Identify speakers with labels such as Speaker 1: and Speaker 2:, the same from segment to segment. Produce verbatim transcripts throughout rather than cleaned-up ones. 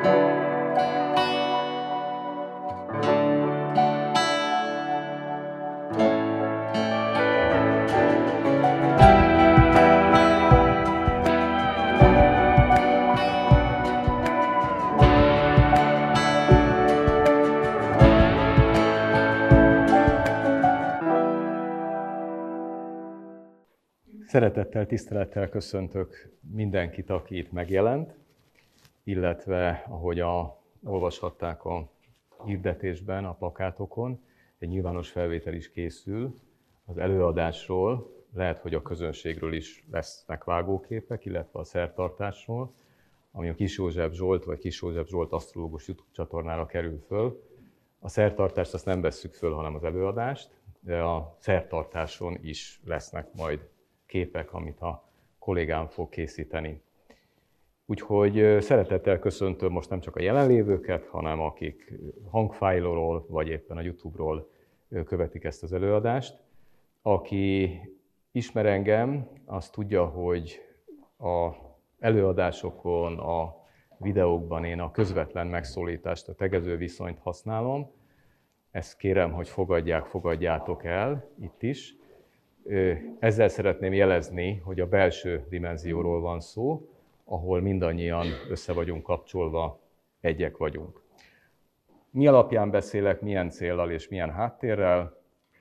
Speaker 1: Szeretettel, tisztelettel köszöntök mindenkit, aki itt megjelent, illetve ahogy a, olvashatták a hirdetésben, a plakátokon, egy nyilvános felvétel is készül az előadásról, lehet, hogy a közönségről is lesznek vágóképek, illetve a szertartásról, ami a Kis József Zsolt vagy Kis József Zsolt asztrológus YouTube csatornára kerül föl. A szertartást azt nem vesszük föl, hanem az előadást, de a szertartáson is lesznek majd képek, amit a kollégám fog készíteni. Úgyhogy szeretettel köszöntöm most nem csak a jelenlévőket, hanem akik hangfájlról vagy éppen a YouTube-ról követik ezt az előadást. Aki ismer engem, az tudja, hogy az előadásokon, a videókban én a közvetlen megszólítást, a tegező viszonyt használom. Ezt kérem, hogy fogadják, fogadjátok el itt is. Ezzel szeretném jelezni, hogy a belső dimenzióról van szó, ahol mindannyian össze vagyunk kapcsolva, egyek vagyunk. Mi alapján beszélek, milyen céllal és milyen háttérrel?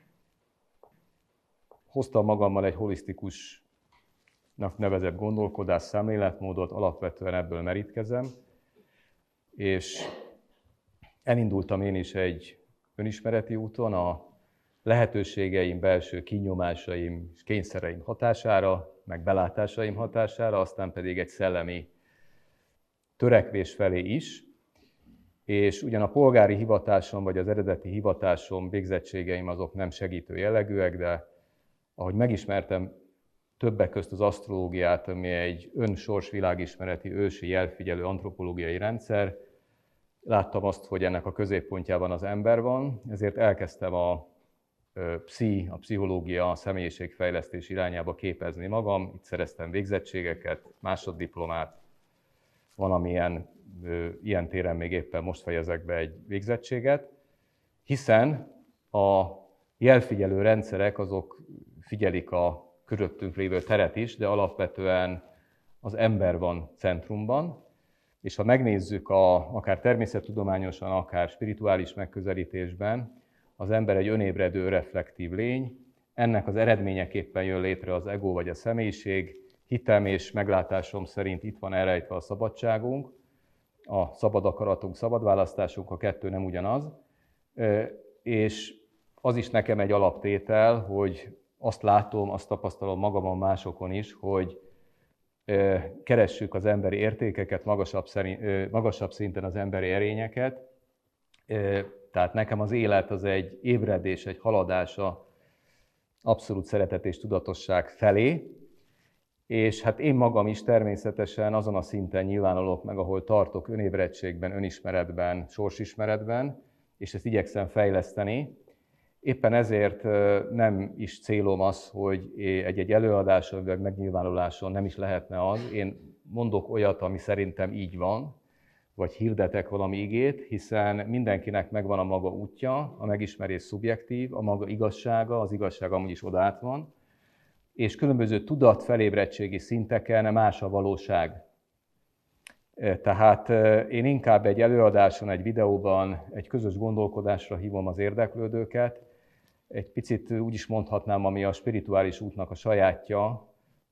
Speaker 1: Hoztam magammal egy holisztikusnak nevezett gondolkodás szemléletmódot, alapvetően ebből merítkezem, és elindultam én is egy önismereti úton, a lehetőségeim, belső kinyomásaim és kényszereim hatására, meg belátásaim hatására, aztán pedig egy szellemi törekvés felé is. És ugyan a polgári hivatásom, vagy az eredeti hivatásom, végzettségeim azok nem segítő jellegűek, de ahogy megismertem többek közt az asztrológiát, ami egy önsors világismereti, ősi jelfigyelő antropológiai rendszer, láttam azt, hogy ennek a középpontjában az ember van, ezért elkezdtem a pszi, a pszichológia, a személyiségfejlesztés irányába képezni magam. Itt szereztem végzettségeket, másoddiplomát, valamilyen ilyen téren még éppen most fejezek be egy végzettséget, hiszen a jelfigyelő rendszerek azok figyelik a körülöttünk lévő teret is, de alapvetően az ember van centrumban, és ha megnézzük a, akár természettudományosan, akár spirituális megközelítésben, az ember egy önébredő, reflektív lény, ennek az eredményeképpen jön létre az ego vagy a személyiség. Hitem és meglátásom szerint itt van elrejtve a szabadságunk, a szabad akaratunk, szabad választásunk, a kettő nem ugyanaz. És az is nekem egy alaptétel, hogy azt látom, azt tapasztalom magamon, másokon is, hogy keressük az emberi értékeket, magasabb, szerint, magasabb szinten az emberi erényeket. Tehát nekem az élet az egy ébredés, egy haladása abszolút szeretet és tudatosság felé, és hát én magam is természetesen azon a szinten nyilvánulok meg, ahol tartok önébredtségben, önismeretben, sorsismeretben, és ezt igyekszem fejleszteni. Éppen ezért nem is célom az, hogy egy-egy előadáson vagy megnyilvánuláson nem is lehetne az. Én mondok olyat, ami szerintem így van, vagy hirdetek valami igét, hiszen mindenkinek megvan a maga útja, a megismerés szubjektív, a maga igazsága, az igazság amúgy is odát van, és különböző tudat felébredtségi szinteken más a valóság. Tehát én inkább egy előadáson, egy videóban, egy közös gondolkodásra hívom az érdeklődőket. Egy picit úgy is mondhatnám, ami a spirituális útnak a sajátja,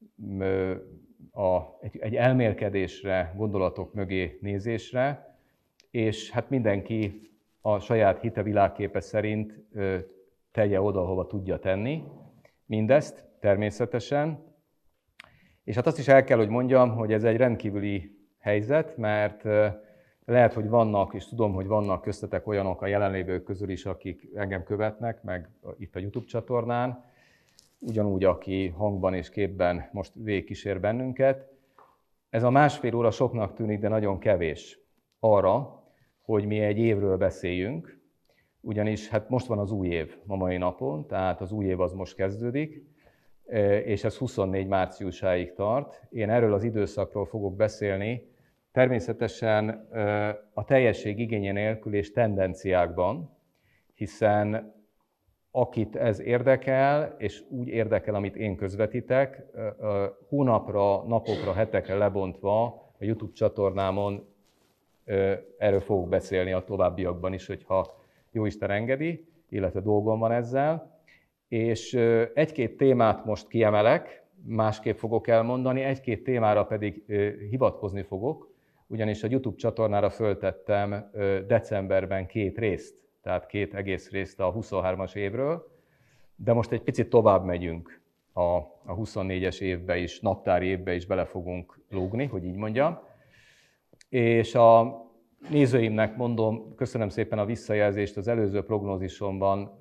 Speaker 1: A, egy, egy elmélkedésre, gondolatok mögé nézésre, és hát mindenki a saját hite világképe szerint ö, tegye oda, hova tudja tenni mindezt természetesen. És hát azt is el kell, hogy mondjam, hogy ez egy rendkívüli helyzet, mert ö, lehet, hogy vannak, és tudom, hogy vannak köztetek olyanok a jelenlévők közül is, akik engem követnek, meg itt a YouTube csatornán, ugyanúgy, aki hangban és képben most végigkísér bennünket. Ez a másfél óra soknak tűnik, de nagyon kevés arra, hogy mi egy évről beszéljünk, ugyanis hát most van az új év ma mai napon, tehát az új év az most kezdődik, és ez huszonnégy márciusáig tart. Én erről az időszakról fogok beszélni, Természetesen a teljesség igénye nélkül és tendenciákban, hiszen akit ez érdekel, és úgy érdekel, amit én közvetítek, hónapra, napokra, hetekre lebontva a YouTube csatornámon erről fogok beszélni a továbbiakban is, hogyha Jóisten engedi, illetve dolgom van ezzel. És egy-két témát most kiemelek, másképp fogok elmondani, egy-két témára pedig hivatkozni fogok, ugyanis a YouTube csatornára föltettem decemberben két részt, tehát két egész részt a huszonhármas évről, de most egy picit tovább megyünk a, a huszonnégyes évbe is, naptári évbe is bele fogunk lógni, hogy így mondjam. És a nézőimnek mondom, köszönöm szépen a visszajelzést, az előző prognózisomban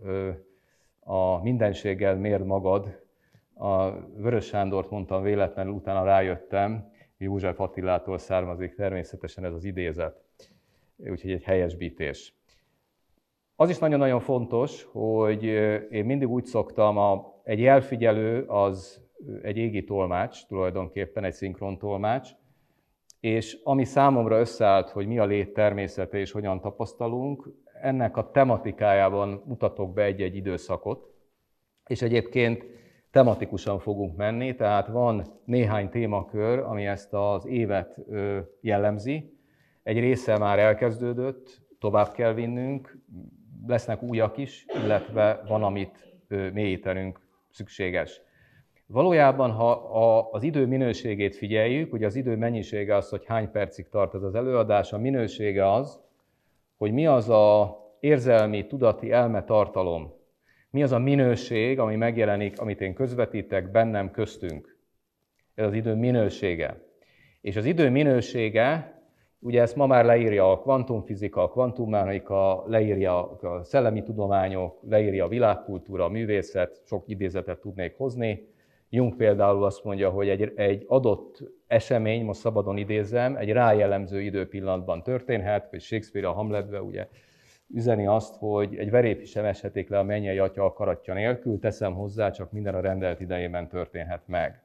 Speaker 1: a mindenséggel mérd magad, a Vörös Sándort mondtam véletlenül, utána rájöttem, József Attilától származik természetesen ez az idézet, úgyhogy egy helyesbítés. Az is nagyon-nagyon fontos, hogy én mindig úgy szoktam, a, egy jelfigyelő az egy égi tolmács, tulajdonképpen egy szinkron tolmács, és ami számomra összeállt, hogy mi a lét természete és hogyan tapasztalunk, ennek a tematikájában mutatok be egy-egy időszakot, és egyébként tematikusan fogunk menni, tehát van néhány témakör, ami ezt az évet jellemzi. Egy része már elkezdődött, tovább kell vinnünk, lesznek újak is, illetve van, amit mélyítenünk szükséges. Valójában, ha az idő minőségét figyeljük, ugye az idő mennyisége az, hogy hány percig tart ez az előadás, a minősége az, hogy mi az az érzelmi, tudati elmetartalom, mi az a minőség, ami megjelenik, amit én közvetítek bennem, köztünk. Ez az idő minősége. És az idő minősége, ugye ezt ma már leírja a kvantumfizika, a kvantummechanika, leírja a szellemi tudományok, leírja a világkultúra, a művészet, sok idézetet tudnék hozni. Jung például azt mondja, hogy egy, egy adott esemény, most szabadon idézem, egy rájellemző időpillanatban történhet, vagy Shakespeare a Hamletbe ugye üzeni azt, hogy egy verép sem eshetik le a mennyei atya akaratja nélkül, teszem hozzá, csak minden a rendelt idejében történhet meg.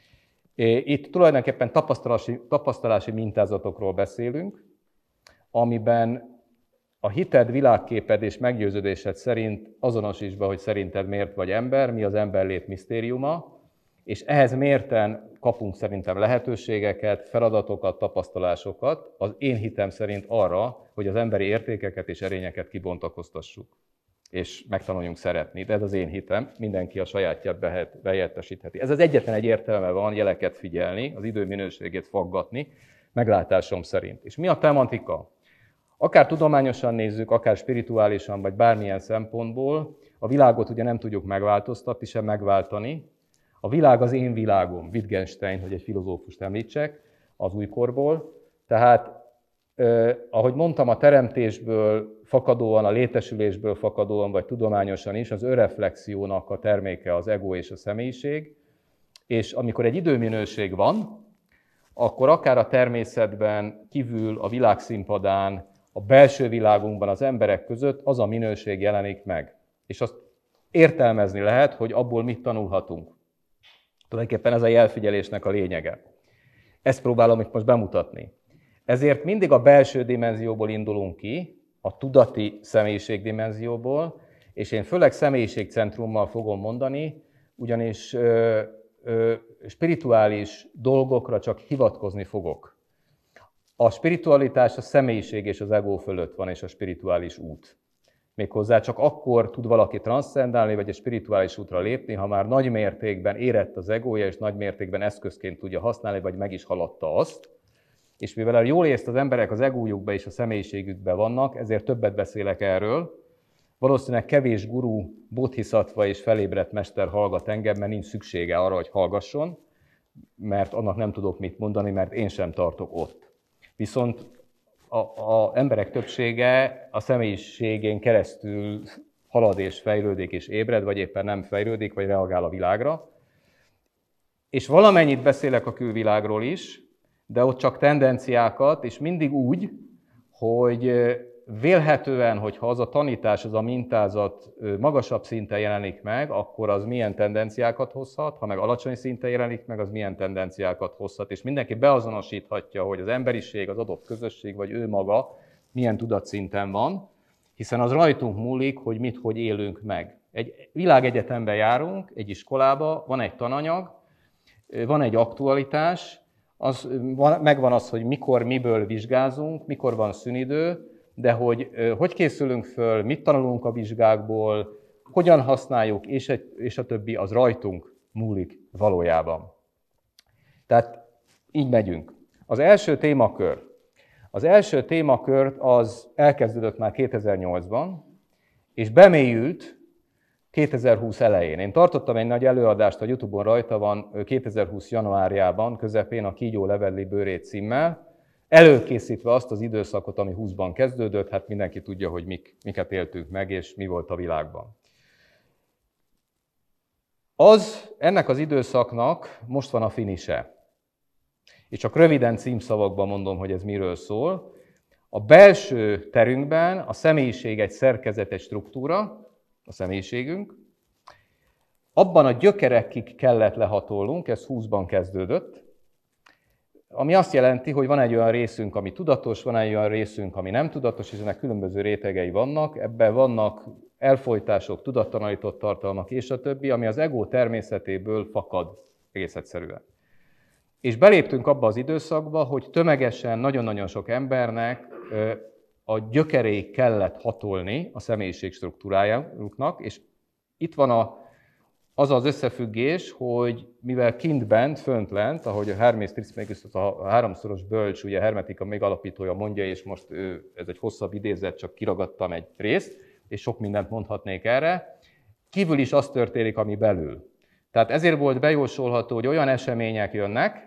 Speaker 1: Itt tulajdonképpen tapasztalási, tapasztalási mintázatokról beszélünk, amiben a hited, világképed és meggyőződésed szerint azonosíts be, hogy szerinted miért vagy ember, mi az emberlét misztériuma, és ehhez mérten kapunk szerintem lehetőségeket, feladatokat, tapasztalásokat, az én hitem szerint arra, hogy az emberi értékeket és erényeket kibontakoztassuk, és megtanuljunk szeretni. De ez az én hitem, mindenki a sajátját behelyettesítheti. Ez az egyetlen egy értelme van, jeleket figyelni, az idő minőségét faggatni, meglátásom szerint. És mi a tematika? Akár tudományosan nézzük, akár spirituálisan, vagy bármilyen szempontból, a világot ugye nem tudjuk megváltoztatni, sem megváltani. A világ az én világom, Wittgenstein, hogy egy filozófust említsek, az újkorból. Tehát, eh, ahogy mondtam, a teremtésből fakadóan, a létesülésből fakadóan, vagy tudományosan is, az önreflexiónak a terméke az ego és a személyiség. És amikor egy időminőség van, akkor akár a természetben, kívül, a világszínpadán, a belső világunkban, az emberek között az a minőség jelenik meg. És azt értelmezni lehet, hogy abból mit tanulhatunk. Tulajdonképpen ez a jelfigyelésnek a lényege. Ezt próbálom itt most bemutatni. Ezért mindig a belső dimenzióból indulunk ki, a tudati személyiségdimenzióból, és én főleg személyiségcentrummal fogom mondani, ugyanis ö, ö, spirituális dolgokra csak hivatkozni fogok. A spiritualitás a személyiség és az ego fölött van, és a spirituális út. Méghozzá csak akkor tud valaki transzcendálni, vagy a spirituális útra lépni, ha már nagy mértékben érett az egója, és nagy mértékben eszközként tudja használni, vagy meg is haladta azt. És mivel a jól érzt az emberek az egójukba és a személyiségükbe vannak, ezért többet beszélek erről. Valószínűleg kevés gurú, bodhisattva és felébredt mester hallgat engem, mert nincs szüksége arra, hogy hallgasson, mert annak nem tudok mit mondani, mert én sem tartok ott. Viszont az emberek többsége a személyiségén keresztül halad és fejlődik és ébred, vagy éppen nem fejlődik, vagy reagál a világra. És valamennyit beszélek a külvilágról is, de ott csak tendenciákat, és mindig úgy, hogy vélhetően, hogyha az a tanítás, az a mintázat magasabb szinten jelenik meg, akkor az milyen tendenciákat hozhat, ha meg alacsony szinten jelenik meg, az milyen tendenciákat hozhat, és mindenki beazonosíthatja, hogy az emberiség, az adott közösség, vagy ő maga milyen tudatszinten van, hiszen az rajtunk múlik, hogy mit, hogy élünk meg. Egy világegyetemben járunk, egy iskolába, van egy tananyag, van egy aktualitás, az, megvan az, hogy mikor, miből vizsgázunk, mikor van szünidő, de hogy hogy készülünk föl, mit tanulunk a vizsgákból, hogyan használjuk, és, egy, és a többi, az rajtunk múlik valójában. Tehát így megyünk. Az első témakör. Az első témakört az elkezdődött már kétezer-nyolcban, és bemélyült kétezer-húsz elején. Én tartottam egy nagy előadást, a YouTube-on rajta van, kétezer-húsz januárjában, közepén a Kígyó levedli bőrét címmel, előkészítve azt az időszakot, ami húszban kezdődött, hát mindenki tudja, hogy mik, miket éltünk meg, és mi volt a világban. Az, ennek az időszaknak most van a finise. És csak röviden címszavakban mondom, hogy ez miről szól. A belső terünkben a személyiség egy szerkezet, egy struktúra, a személyiségünk. Abban a gyökerekig kellett lehatolnunk, ez húszban kezdődött, ami azt jelenti, hogy van egy olyan részünk, ami tudatos, van egy olyan részünk, ami nem tudatos, és ennek különböző rétegei vannak. Ebben vannak elfojtások, tudattalanított tartalmak és a többi, ami az ego természetéből fakad egész egyszerűen. És beléptünk abba az időszakba, hogy tömegesen nagyon-nagyon sok embernek a gyökeréig kellett hatolni a személyiség struktúrájának, és itt van a, az az összefüggés, hogy mivel kint bent, fönt lent, ahogy a Hermes Trismegistus, a háromszoros bölcs, ugye a hermetika még alapítója mondja, és most ő, ez egy hosszabb idézet, csak kiragadtam egy részt, és sok mindent mondhatnék erre, kívül is az történik, ami belül. Tehát ezért volt bejósolható, hogy olyan események jönnek,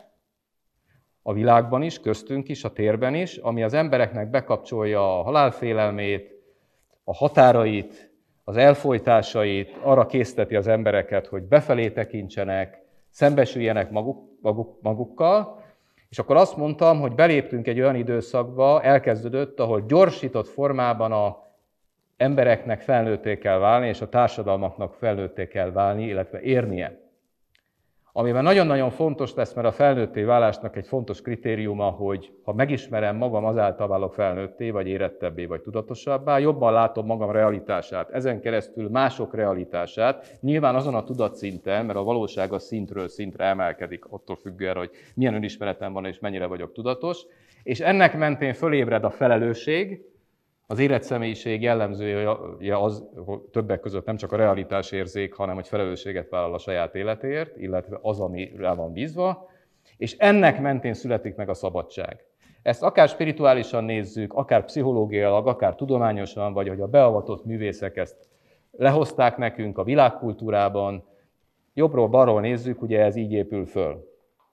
Speaker 1: a világban is, köztünk is, a térben is, ami az embereknek bekapcsolja a halálfélelmét, a határait, az elfojtásait, arra készteti az embereket, hogy befelé tekintsenek, szembesüljenek maguk, maguk, magukkal, és akkor azt mondtam, hogy beléptünk egy olyan időszakba, elkezdődött, ahol gyorsított formában a embereknek felnőtté kell válni, és a társadalmaknak felnőtté kell válni, illetve érnie. Amiben nagyon-nagyon fontos lesz, mert a felnőtté válásnak egy fontos kritériuma, hogy ha megismerem magam, azáltal válok felnőtté, vagy érettebbé, vagy tudatosabbá, jobban látom magam realitását, ezen keresztül mások realitását, nyilván azon a tudatszinten, mert a valóság a szintről szintre emelkedik, attól függően, hogy milyen önismeretem van és mennyire vagyok tudatos, és ennek mentén fölébred a felelősség, az életszemélyiség jellemzője az, hogy többek között nem csak a realitásérzék, hanem hogy felelősséget vállal a saját életéért, illetve az, ami rá van bízva, és ennek mentén születik meg a szabadság. Ezt akár spirituálisan nézzük, akár pszichológiailag, akár tudományosan, vagy hogy a beavatott művészek ezt lehozták nekünk a világkultúrában, jobbról-balról nézzük, ugye ez így épül föl.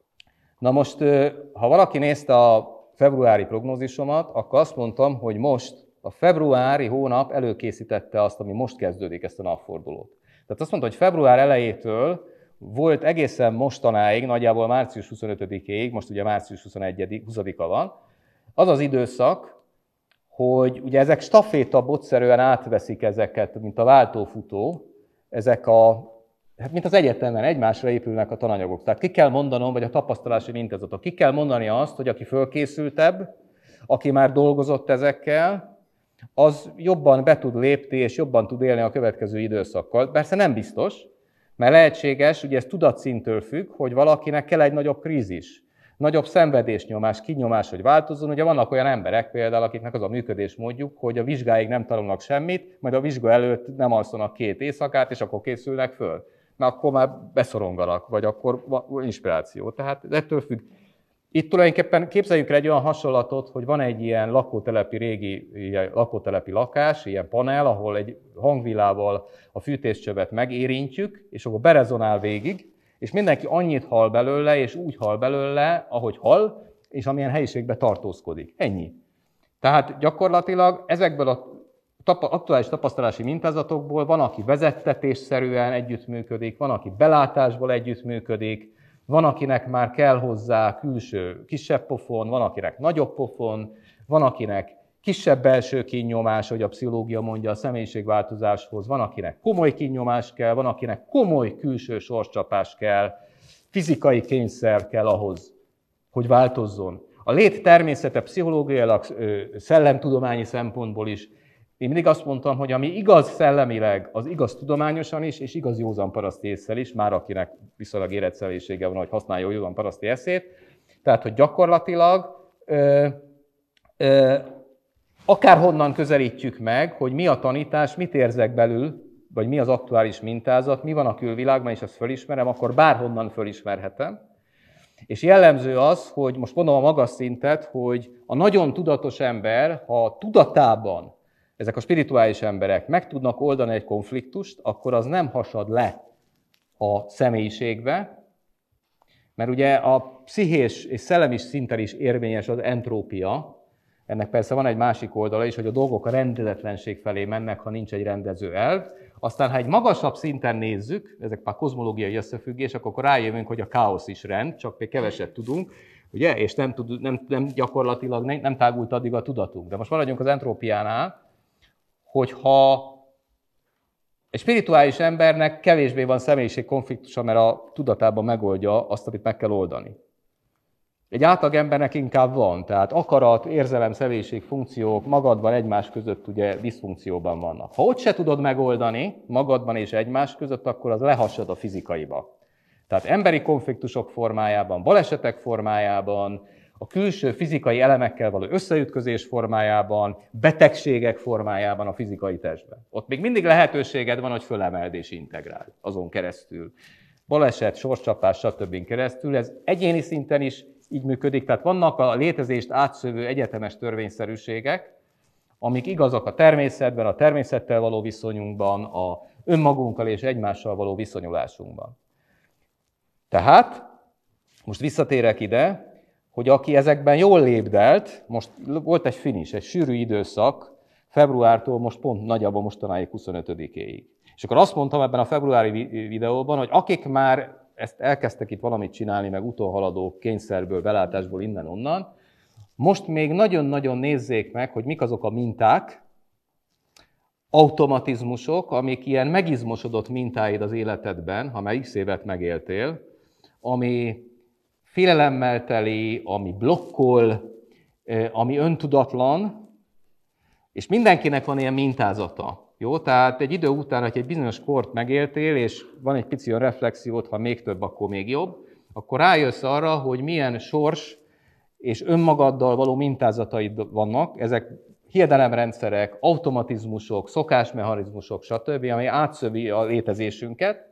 Speaker 1: Na most, ha valaki nézte a februári prognózisomat, akkor azt mondtam, hogy most a februári hónap előkészítette azt, ami most kezdődik, ezt a napfordulót. Tehát azt mondta, hogy február elejétől volt egészen mostanáig, nagyjából március huszonötödikéig, most ugye március huszonegyedike van, az az időszak, hogy ugye ezek stafétabotszerűen átveszik ezeket, mint a váltófutó, ezek a, hát mint az egyetemen egymásra épülnek a tananyagok. Tehát ki kell mondanom, vagy a tapasztalási mintázatok, ki kell mondani azt, hogy aki fölkészültebb, aki már dolgozott ezekkel, az jobban be tud lépni, és jobban tud élni a következő időszakkal. Persze nem biztos, mert lehetséges, ugye ez tudatszinttől függ, hogy valakinek kell egy nagyobb krízis, nagyobb szenvedésnyomás, kinyomás, hogy változzon. Ugye vannak olyan emberek például, akiknek az a működésmódjuk, hogy a vizsgáig nem tanulnak semmit, majd a vizsga előtt nem alszanak két éjszakát, és akkor készülnek föl. Mert akkor már beszoronganak, vagy akkor van inspiráció. Tehát ettől függ. Itt tulajdonképpen képzeljünk el egy olyan hasonlatot, hogy van egy ilyen lakótelepi, régi ilyen lakótelepi lakás, ilyen panel, ahol egy hangvilával a fűtéscsövet megérintjük, és akkor berezonál végig, és mindenki annyit hall belőle, és úgy hall belőle, ahogy hall, és amilyen helyiségben tartózkodik. Ennyi. Tehát gyakorlatilag ezekből a aktuális tapasztalási mintázatokból van, aki vezettetésszerűen együttműködik, van, aki belátásból együttműködik, van, akinek már kell hozzá külső kisebb pofon, van, akinek nagyobb pofon, van, akinek kisebb belső kínnyomás, hogy a pszichológia mondja, a személyiségváltozáshoz, van akinek komoly kínnyomás kell, van akinek komoly külső sorscsapás kell, fizikai kényszer kell ahhoz, hogy változzon. A lét természete pszichológiailag, szellemtudományi szempontból is, én mindig azt mondtam, hogy ami igaz szellemileg, az igaz tudományosan is, és igaz józan paraszti ésszel is, már akinek viszonylag érett személyisége van, hogy használja a józan paraszti eszét. Tehát, hogy gyakorlatilag ö, ö, akárhonnan közelítjük meg, hogy mi a tanítás, mit érzek belül, vagy mi az aktuális mintázat, mi van a külvilágban, és ezt fölismerem, akkor bárhonnan fölismerhetem. És jellemző az, hogy most mondom a magas szintet, hogy a nagyon tudatos ember, ha tudatában ezek a spirituális emberek meg tudnak oldani egy konfliktust, akkor az nem hasad le a személyiségbe, mert ugye a pszichés és szellemi szinten is érvényes az entrópia. Ennek persze van egy másik oldala is, hogy a dolgok a rendezetlenség felé mennek, ha nincs egy rendező elv. Aztán, ha egy magasabb szinten nézzük, ezek már kozmológiai összefüggések, akkor rájövünk, hogy a káosz is rend, csak még keveset tudunk, ugye? És nem, tud, nem, nem gyakorlatilag nem, nem tágult addig a tudatunk. De most maradjunk az entrópiánál, hogyha egy spirituális embernek kevésbé van személyiségkonfliktusa, mert a tudatában megoldja azt, amit meg kell oldani. Egy átlag embernek inkább van, tehát akarat, érzelem, személyiség, funkciók magadban, egymás között ugye diszfunkcióban vannak. Ha ott se tudod megoldani magadban és egymás között, akkor az lehassad a fizikaiba. Tehát emberi konfliktusok formájában, balesetek formájában, a külső fizikai elemekkel való összeütközés formájában, betegségek formájában a fizikai testben. Ott még mindig lehetőséged van, hogy fölemeld és integrál azon keresztül. Baleset, sorscsapás, stb. Keresztül. Ez egyéni szinten is így működik, tehát vannak a létezést átszövő egyetemes törvényszerűségek, amik igazak a természetben, a természettel való viszonyunkban, a önmagunkkal és egymással való viszonyulásunkban. Tehát, most visszatérek ide, hogy aki ezekben jól lépdelt, most volt egy finish, egy sűrű időszak, februártól most pont nagyjából mostanáig huszonötödikéig. És akkor azt mondtam ebben a februári videóban, hogy akik már ezt elkezdtek itt valamit csinálni, meg utóhaladó kényszerből, belátásból innen-onnan, most még nagyon-nagyon nézzék meg, hogy mik azok a minták, automatizmusok, amik ilyen megizmosodott mintáid az életedben, ha már x évet megéltél, ami félelemmel teli, ami blokkol, ami öntudatlan, és mindenkinek van ilyen mintázata. Jó? Tehát egy idő után, hogy egy bizonyos kort megéltél, és van egy pici reflexiót, ha még több, akkor még jobb, akkor rájössz arra, hogy milyen sors és önmagaddal való mintázataid vannak. Ezek hiedelemrendszerek, automatizmusok, szokásmechanizmusok, stb., ami átszövi a létezésünket.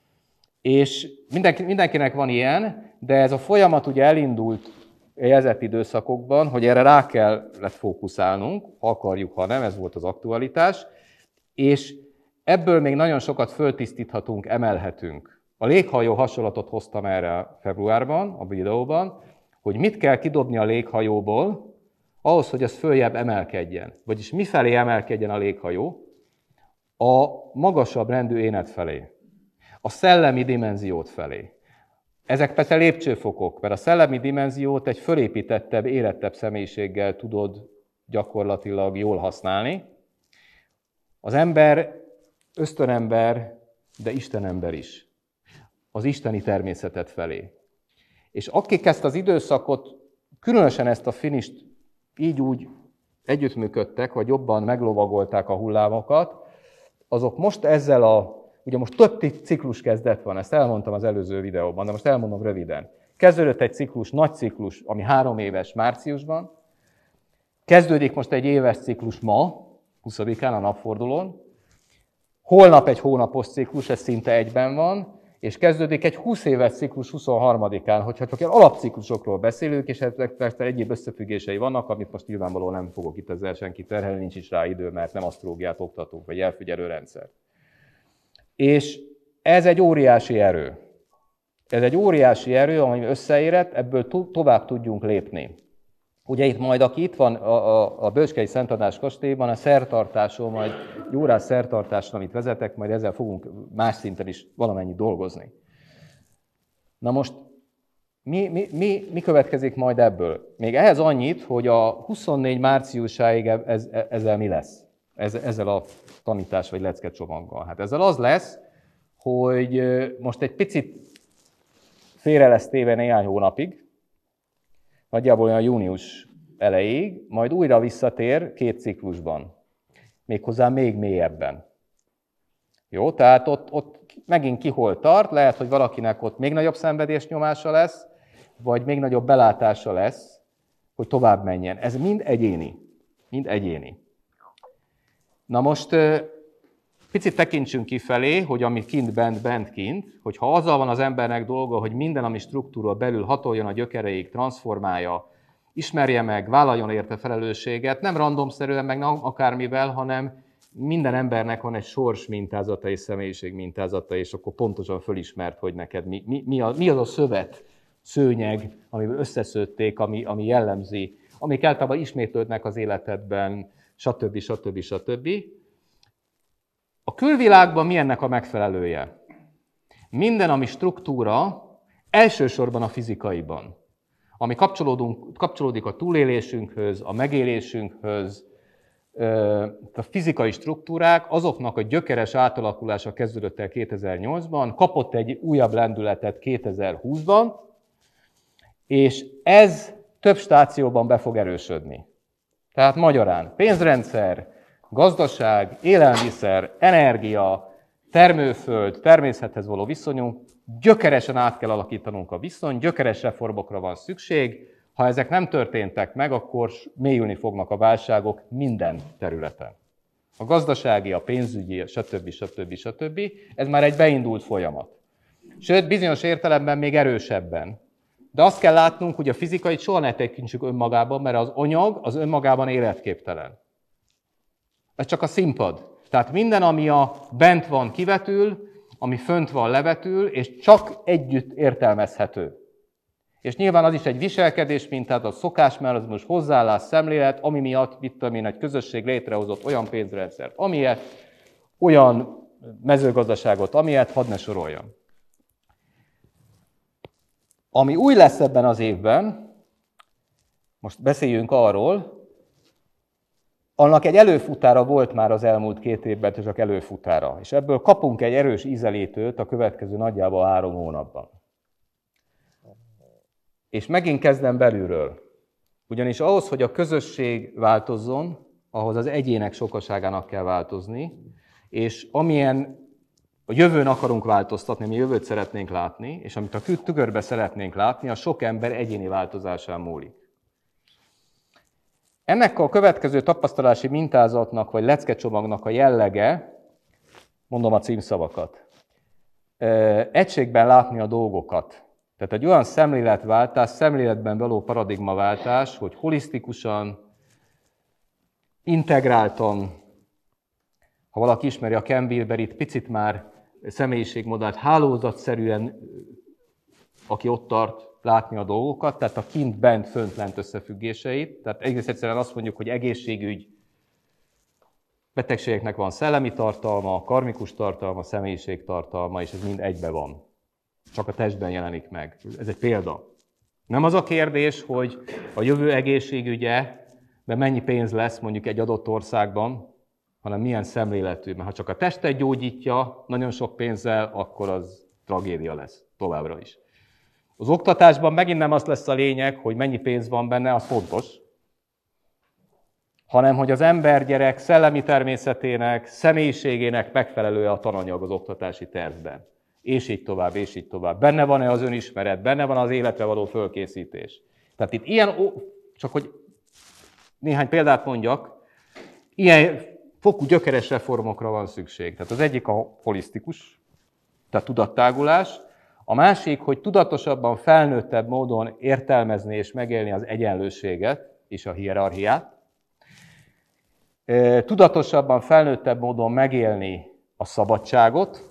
Speaker 1: És mindenki, mindenkinek van ilyen, de ez a folyamat ugye elindult jelzett időszakokban, hogy erre rá kellett fókuszálnunk, ha akarjuk, ha nem, ez volt az aktualitás, és ebből még nagyon sokat föltisztíthatunk, emelhetünk. A léghajó hasonlatot hoztam erre februárban, a videóban, hogy mit kell kidobni a léghajóból, ahhoz, hogy az följebb emelkedjen. Vagyis mifelé emelkedjen a léghajó? A magasabb rendű énet felé. A szellemi dimenziót felé. Ezek persze lépcsőfokok, mert a szellemi dimenziót egy fölépítettebb, érettebb személyiséggel tudod gyakorlatilag jól használni. Az ember ösztönember, de istenember is. Az isteni természetet felé. És akik ezt az időszakot, különösen ezt a finist így úgy együttműködtek, vagy jobban meglovagolták a hullámokat, azok most ezzel a, ugye most több ciklus kezdet van, ezt elmondtam az előző videóban, de most elmondom röviden. Kezdődött egy ciklus, nagy ciklus, ami három éves márciusban. Kezdődik most egy éves ciklus ma, huszadikán a napfordulón. Holnap egy hónapos ciklus, ez szinte egyben van, és kezdődik egy húsz éves ciklus huszonharmadikán, hogyha csak ilyen alapciklusokról beszélünk, és ezek persze egyéb összefüggései vannak, amit most nyilvánvalóan nem fogok itt ezzel senki terhelni, nincs is rá idő, mert nem asztrológiát oktatunk, vagy elfigyelő rendszer. És ez egy óriási erő. Ez egy óriási erő, ami összeérett, ebből to- tovább tudjunk lépni. Ugye itt majd, aki itt van a, a, a Bölcskei Szent András kastélyban, a szertartáson, majd egy órás szertartáson, amit vezetek, majd ezzel fogunk más szinten is valamennyit dolgozni. Na most mi, mi, mi, mi következik majd ebből? Még ehhez annyit, hogy a huszonnégy márciusáig ez, ezzel mi lesz? Ezzel a tanítás vagy leckecsomaggal. Hát ezzel az lesz, hogy most egy picit félre lesz téve néhány hónapig, nagyjából olyan június elejéig, majd újra visszatér két ciklusban, méghozzá még mélyebben. Jó, tehát ott, ott megint ki hol tart, lehet, hogy valakinek ott még nagyobb szenvedés nyomása lesz, vagy még nagyobb belátása lesz, hogy tovább menjen. Ez mind egyéni. Mind egyéni. Na most picit tekintsünk kifelé, hogy ami kint, bent, bent, kint, hogyha azzal van az embernek dolga, hogy minden, ami struktúra belül hatoljon a gyökereig, transformálja, ismerje meg, vállaljon érte felelősséget, nem randomszerűen, meg nem akármivel, hanem minden embernek van egy sors mintázata és személyiség mintázata, és akkor pontosan fölismert, hogy neked mi, mi, mi, a, mi az a szövet, szőnyeg, amivel összeszőtték, ami, ami jellemzi, amik általában ismétlődnek az életedben, stb. stb. stb. A külvilágban mi ennek a megfelelője? Minden, ami struktúra, elsősorban a fizikaiban, ami kapcsolódik a túlélésünkhöz, a megélésünkhöz, a fizikai struktúrák, azoknak a gyökeres átalakulása kezdődött el kétezer-nyolcban, kapott egy újabb lendületet kétezer-húszban, és ez több stációban be fog erősödni. Tehát magyarán pénzrendszer, gazdaság, élelmiszer, energia, termőföld, természethez való viszonyunk, gyökeresen át kell alakítanunk a viszony, gyökeres reformokra van szükség. Ha ezek nem történtek meg, akkor mélyülni fognak a válságok minden területen. A gazdasági, a pénzügyi, stb. stb. stb. Ez már egy beindult folyamat. Sőt, bizonyos értelemben még erősebben. De azt kell látnunk, hogy a fizikait soha ne tekintsük önmagában, mert az anyag az önmagában életképtelen. Ez csak a színpad. Tehát minden, ami a bent van, kivetül, ami fönt van, levetül, és csak együtt értelmezhető. És nyilván az is egy viselkedés mintázat, szokásmechanizmus, hozzáállás, szemlélet, ami miatt, mit tudom én, egy közösség létrehozott olyan pénzrendszert, amilyet, olyan mezőgazdaságot, amilyet, hadd ne soroljam. Ami új lesz ebben az évben, most beszéljünk arról, annak egy előfutára volt már az elmúlt két évben, csak előfutára. És ebből kapunk egy erős ízelítőt a következő nagyjából három hónapban. És megint kezdem belülről. Ugyanis ahhoz, hogy a közösség változzon, ahhoz az egyének sokaságának kell változni, és amilyen a jövőn akarunk változtatni, mi jövőt szeretnénk látni, és amit a tükörbe szeretnénk látni, a sok ember egyéni változásán múlik. Ennek a következő tapasztalási mintázatnak, vagy leckecsomagnak a jellege, mondom a címszavakat, egységben látni a dolgokat. Tehát egy olyan szemléletváltás, szemléletben való paradigmaváltás, hogy holisztikusan, integráltan, ha valaki ismeri a Ken Wilberit, picit már személyiségmodellt, hálózatszerűen, aki ott tart, látni a dolgokat, tehát a kint, bent, fönt, lent összefüggéseit. Tehát egész egyszerűen azt mondjuk, hogy egészségügy, betegségeknek van szellemi tartalma, karmikus tartalma, személyiségtartalma, és ez mind egybe van. Csak a testben jelenik meg. Ez egy példa. Nem az a kérdés, hogy a jövő egészségügye, de mennyi pénz lesz mondjuk egy adott országban, hanem milyen szemléletű. Mert ha csak a testet gyógyítja nagyon sok pénzzel, akkor az tragédia lesz továbbra is. Az oktatásban megint nem az lesz a lényeg, hogy mennyi pénz van benne, az fontos, hanem hogy az embergyerek szellemi természetének, személyiségének megfelelő a tananyag az oktatási tervben. És így tovább, és így tovább. Benne van-e az önismeret, benne van az életre való fölkészítés. Tehát itt ilyen, csak hogy néhány példát mondjak, ilyen fokú gyökeres reformokra van szükség. Tehát az egyik a holisztikus, tehát tudattágulás, a másik, hogy tudatosabban, felnőttebb módon értelmezni és megélni az egyenlőséget és a hierarchiát. Tudatosabban, felnőttebb módon megélni a szabadságot,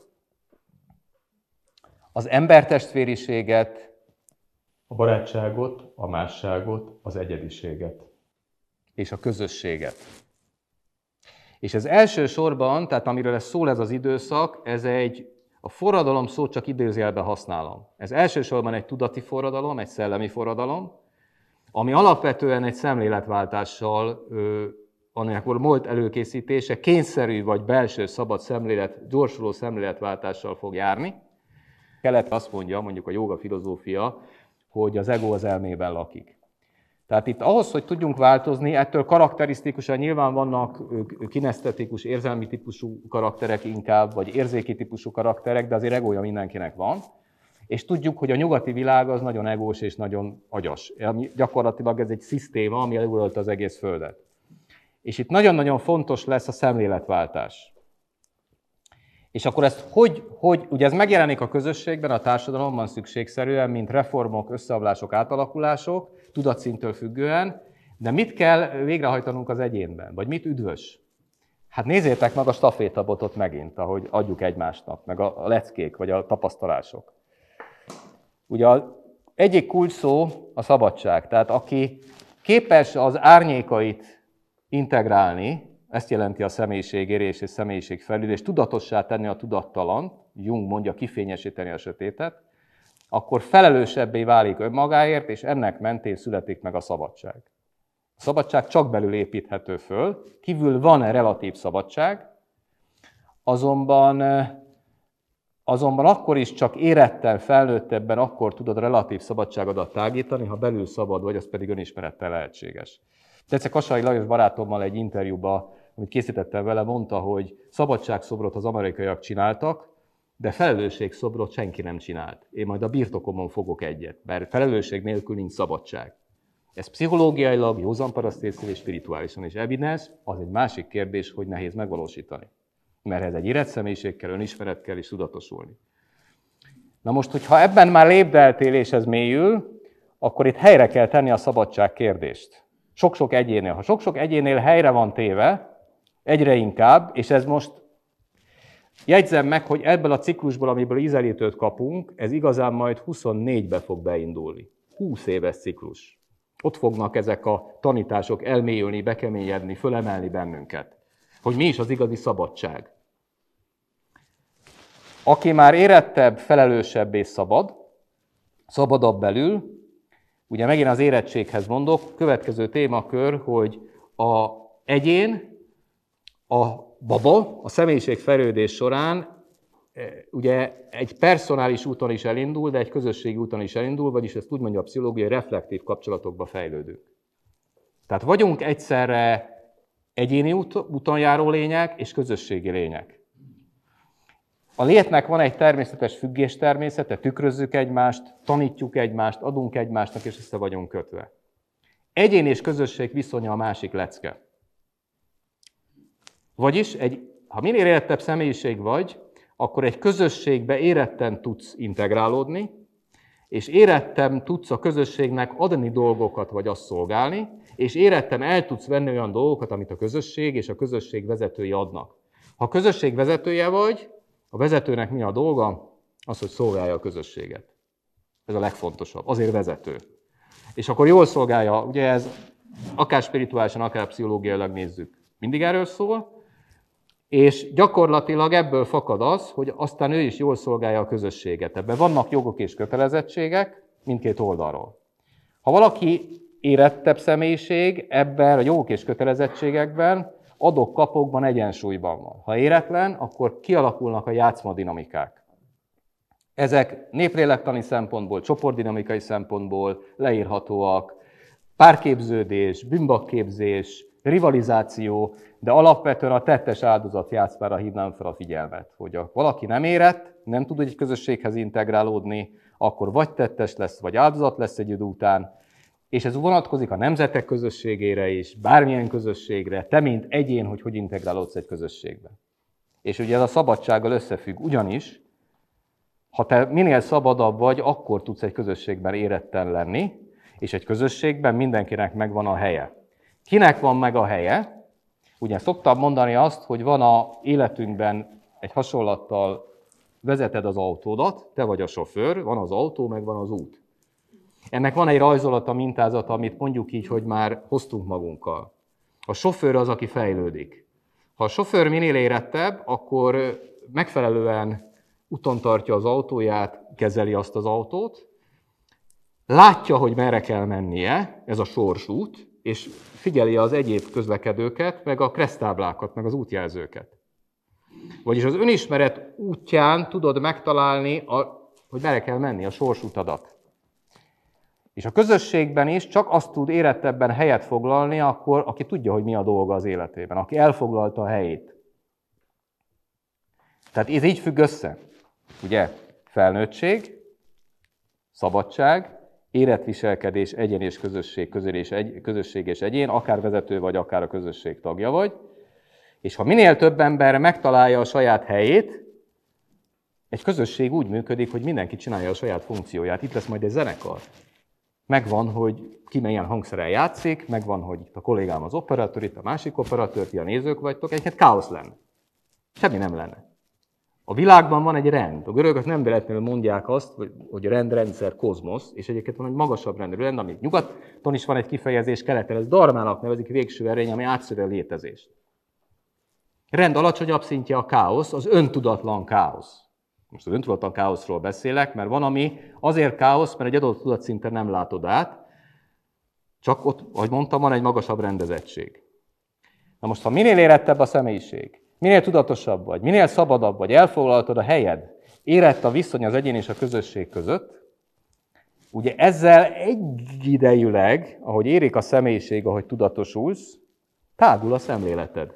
Speaker 1: az embertestvériséget, a barátságot, a másságot, az egyediséget és a közösséget. És ez elsősorban, tehát amiről ez szól ez az időszak, ez egy A forradalom szót csak idézőjelben használom. Ez elsősorban egy tudati forradalom, egy szellemi forradalom, ami alapvetően egy szemléletváltással, aminek volt előkészítése, kényszerű vagy belső szabad szemlélet, gyorsuló szemléletváltással fog járni. Kelet azt mondja, mondjuk a jóga filozófia, hogy az ego az elmében lakik. Tehát itt ahhoz, hogy tudjunk változni, ettől karakterisztikusan nyilván vannak kinesztetikus, érzelmi típusú karakterek inkább, vagy érzéki típusú karakterek, de azért egója mindenkinek van. És tudjuk, hogy a nyugati világ az nagyon egós és nagyon agyas. Gyakorlatilag ez egy szisztéma, ami eluralta az egész Földet. És itt nagyon-nagyon fontos lesz a szemléletváltás. És akkor ezt hogy, hogy, ugye ez megjelenik a közösségben, a társadalomban szükségszerűen, mint reformok, összeomlások, átalakulások, tudatszinttől függően, de mit kell végrehajtanunk az egyénben? Vagy mit üdvös? Hát nézzétek meg a stafétabotot megint, ahogy adjuk egymásnak, meg a leckék, vagy a tapasztalások. Ugye az egyik kulcs szó a szabadság, tehát aki képes az árnyékait integrálni, ezt jelenti a személyiségérés és személyiségfejlődés, tudatossá tenni a tudattalant, Jung mondja, kifényesíteni a sötétet, akkor felelősebbé válik önmagáért, és ennek mentén születik meg a szabadság. A szabadság csak belül építhető föl, kívül van relatív szabadság, azonban, azonban akkor is csak éretten, felnőttebben akkor tudod relatív szabadságodat tágítani, ha belül szabad vagy, az pedig önismerettel lehetséges. Egyszer Kassai Lajos barátommal egy interjúban, amit készítettem vele, mondta, hogy szabadságszobrot az amerikaiak csináltak, de felelősségszobrot senki nem csinált. Én majd a birtokomon fogok egyet, mert felelősség nélkül nincs szabadság. Ez pszichológiailag, józanparasztészül és spirituálisan is evidens, az egy másik kérdés, hogy nehéz megvalósítani. Mert ez egy érett személyiség kell, önismeret kell és tudatosulni. Na most, hogyha ebben már lépdeltél és ez mélyül, akkor itt helyre kell tenni a szabadság kérdést. Sok-sok egyénél. Ha sok-sok egyénél helyre van téve, egyre inkább, és ez most jegyzem meg, hogy ebből a ciklusból, amiből ízelítőt kapunk, ez igazán majd huszonnégybe fog beindulni. húsz éves ciklus. Ott fognak ezek a tanítások elmélyülni, bekeményedni, fölemelni bennünket. Hogy mi is az igazi szabadság. Aki már érettebb, felelősebb és szabad, szabadabb belül, ugye megint az érettséghez mondok, következő témakör, hogy a egyén, a baba, a személyiségfejlődés során ugye egy personális úton is elindul, de egy közösségi úton is elindul, vagyis ezt úgy mondja a pszichológia, reflektív kapcsolatokba fejlődünk. Tehát vagyunk egyszerre egyéni úton járó lények és közösségi lények. A létnek van egy természetes függés természete, tükrözzük egymást, tanítjuk egymást, adunk egymásnak, és össze vagyunk kötve. Egyén és közösség viszonya a másik lecke. Vagyis, egy, ha minél érettebb személyiség vagy, akkor egy közösségbe éretten tudsz integrálódni, és éretten tudsz a közösségnek adni dolgokat, vagy azt szolgálni, és éretten el tudsz venni olyan dolgokat, amit a közösség és a közösség vezetői adnak. Ha a közösség vezetője vagy, a vezetőnek mi a dolga? Az, hogy szolgálja a közösséget. Ez a legfontosabb. Azért vezető. És akkor jól szolgálja, ugye ez akár spirituálisan, akár pszichológiailag nézzük. Mindig erről szól, és gyakorlatilag ebből fakad az, hogy aztán ő is jól szolgálja a közösséget. Ebben vannak jogok és kötelezettségek mindkét oldalról. Ha valaki érettebb személyiség, ebben a jogok és kötelezettségekben adok-kapokban egyensúlyban van. Ha éretlen, akkor kialakulnak a játszmadinamikák. Ezek néplélektani szempontból, csoportdinamikai szempontból leírhatóak, párképződés, bűnbakképzés, rivalizáció, de alapvetően a tettes áldozat játszmára hívnám fel a figyelmet, hogy ha valaki nem érett, nem tud egy közösséghez integrálódni, akkor vagy tettes lesz, vagy áldozat lesz egy idő után, és ez vonatkozik a nemzetek közösségére is, bármilyen közösségre, te mint egyén, hogy hogy integrálódsz egy közösségbe. És ugye ez a szabadsággal összefügg, ugyanis, ha te minél szabadabb vagy, akkor tudsz egy közösségben éretten lenni, és egy közösségben mindenkinek megvan a helye. Kinek van meg a helye? Ugye szoktam mondani azt, hogy van a életünkben egy hasonlattal, vezeted az autódat, te vagy a sofőr, van az autó, meg van az út. Ennek van egy rajzolata, mintázata, amit mondjuk így, hogy már hoztunk magunkkal. A sofőr az, aki fejlődik. Ha a sofőr minél érettebb, akkor megfelelően úton tartja az autóját, kezeli azt az autót, látja, hogy merre kell mennie, ez a sorsút, és figyeli az egyéb közlekedőket, meg a kresztáblákat, meg az útjelzőket. Vagyis az önismeret útján tudod megtalálni, a, hogy merre kell menni, a sorsutadat. És a közösségben is csak azt tud érettebben helyet foglalni, akkor, aki tudja, hogy mi a dolga az életében, aki elfoglalta a helyét. Tehát ez így függ össze. Ugye? Felnőttség, szabadság, életviselkedés, egyén és közösség, közül és egy, közösség és egyén, akár vezető vagy, akár a közösség tagja vagy. És ha minél több ember megtalálja a saját helyét, egy közösség úgy működik, hogy mindenki csinálja a saját funkcióját. Itt lesz majd egy zenekar. Megvan, hogy ki milyen hangszerrel játszik, megvan, hogy itt a kollégám az operatőr, itt a másik operatőr, ti a nézők vagytok, egyébként káosz lenne. Semmi nem lenne. A világban van egy rend. A görögök nem véletlenül mondják azt, hogy rendrendszer, kozmosz, és egyébként van egy magasabb rendű rend, ami nyugaton is van egy kifejezés, keleten, ez dharmának nevezik, végső erény, ami átszövi a létezést. Rend alacsonyabb szintje a káosz, az öntudatlan káosz. Most az öntudatlan káoszról beszélek, mert van, ami azért káosz, mert egy adott tudatszinten nem látod át, csak ott, ahogy mondtam, van egy magasabb rendezettség. Na most, ha minél érettebb a személyiség, minél tudatosabb vagy, minél szabadabb vagy, elfoglaltad a helyed, érett a viszony az egyén és a közösség között, ugye ezzel egyidejűleg, ahogy érik a személyiség, ahogy tudatosulsz, tágul a szemléleted.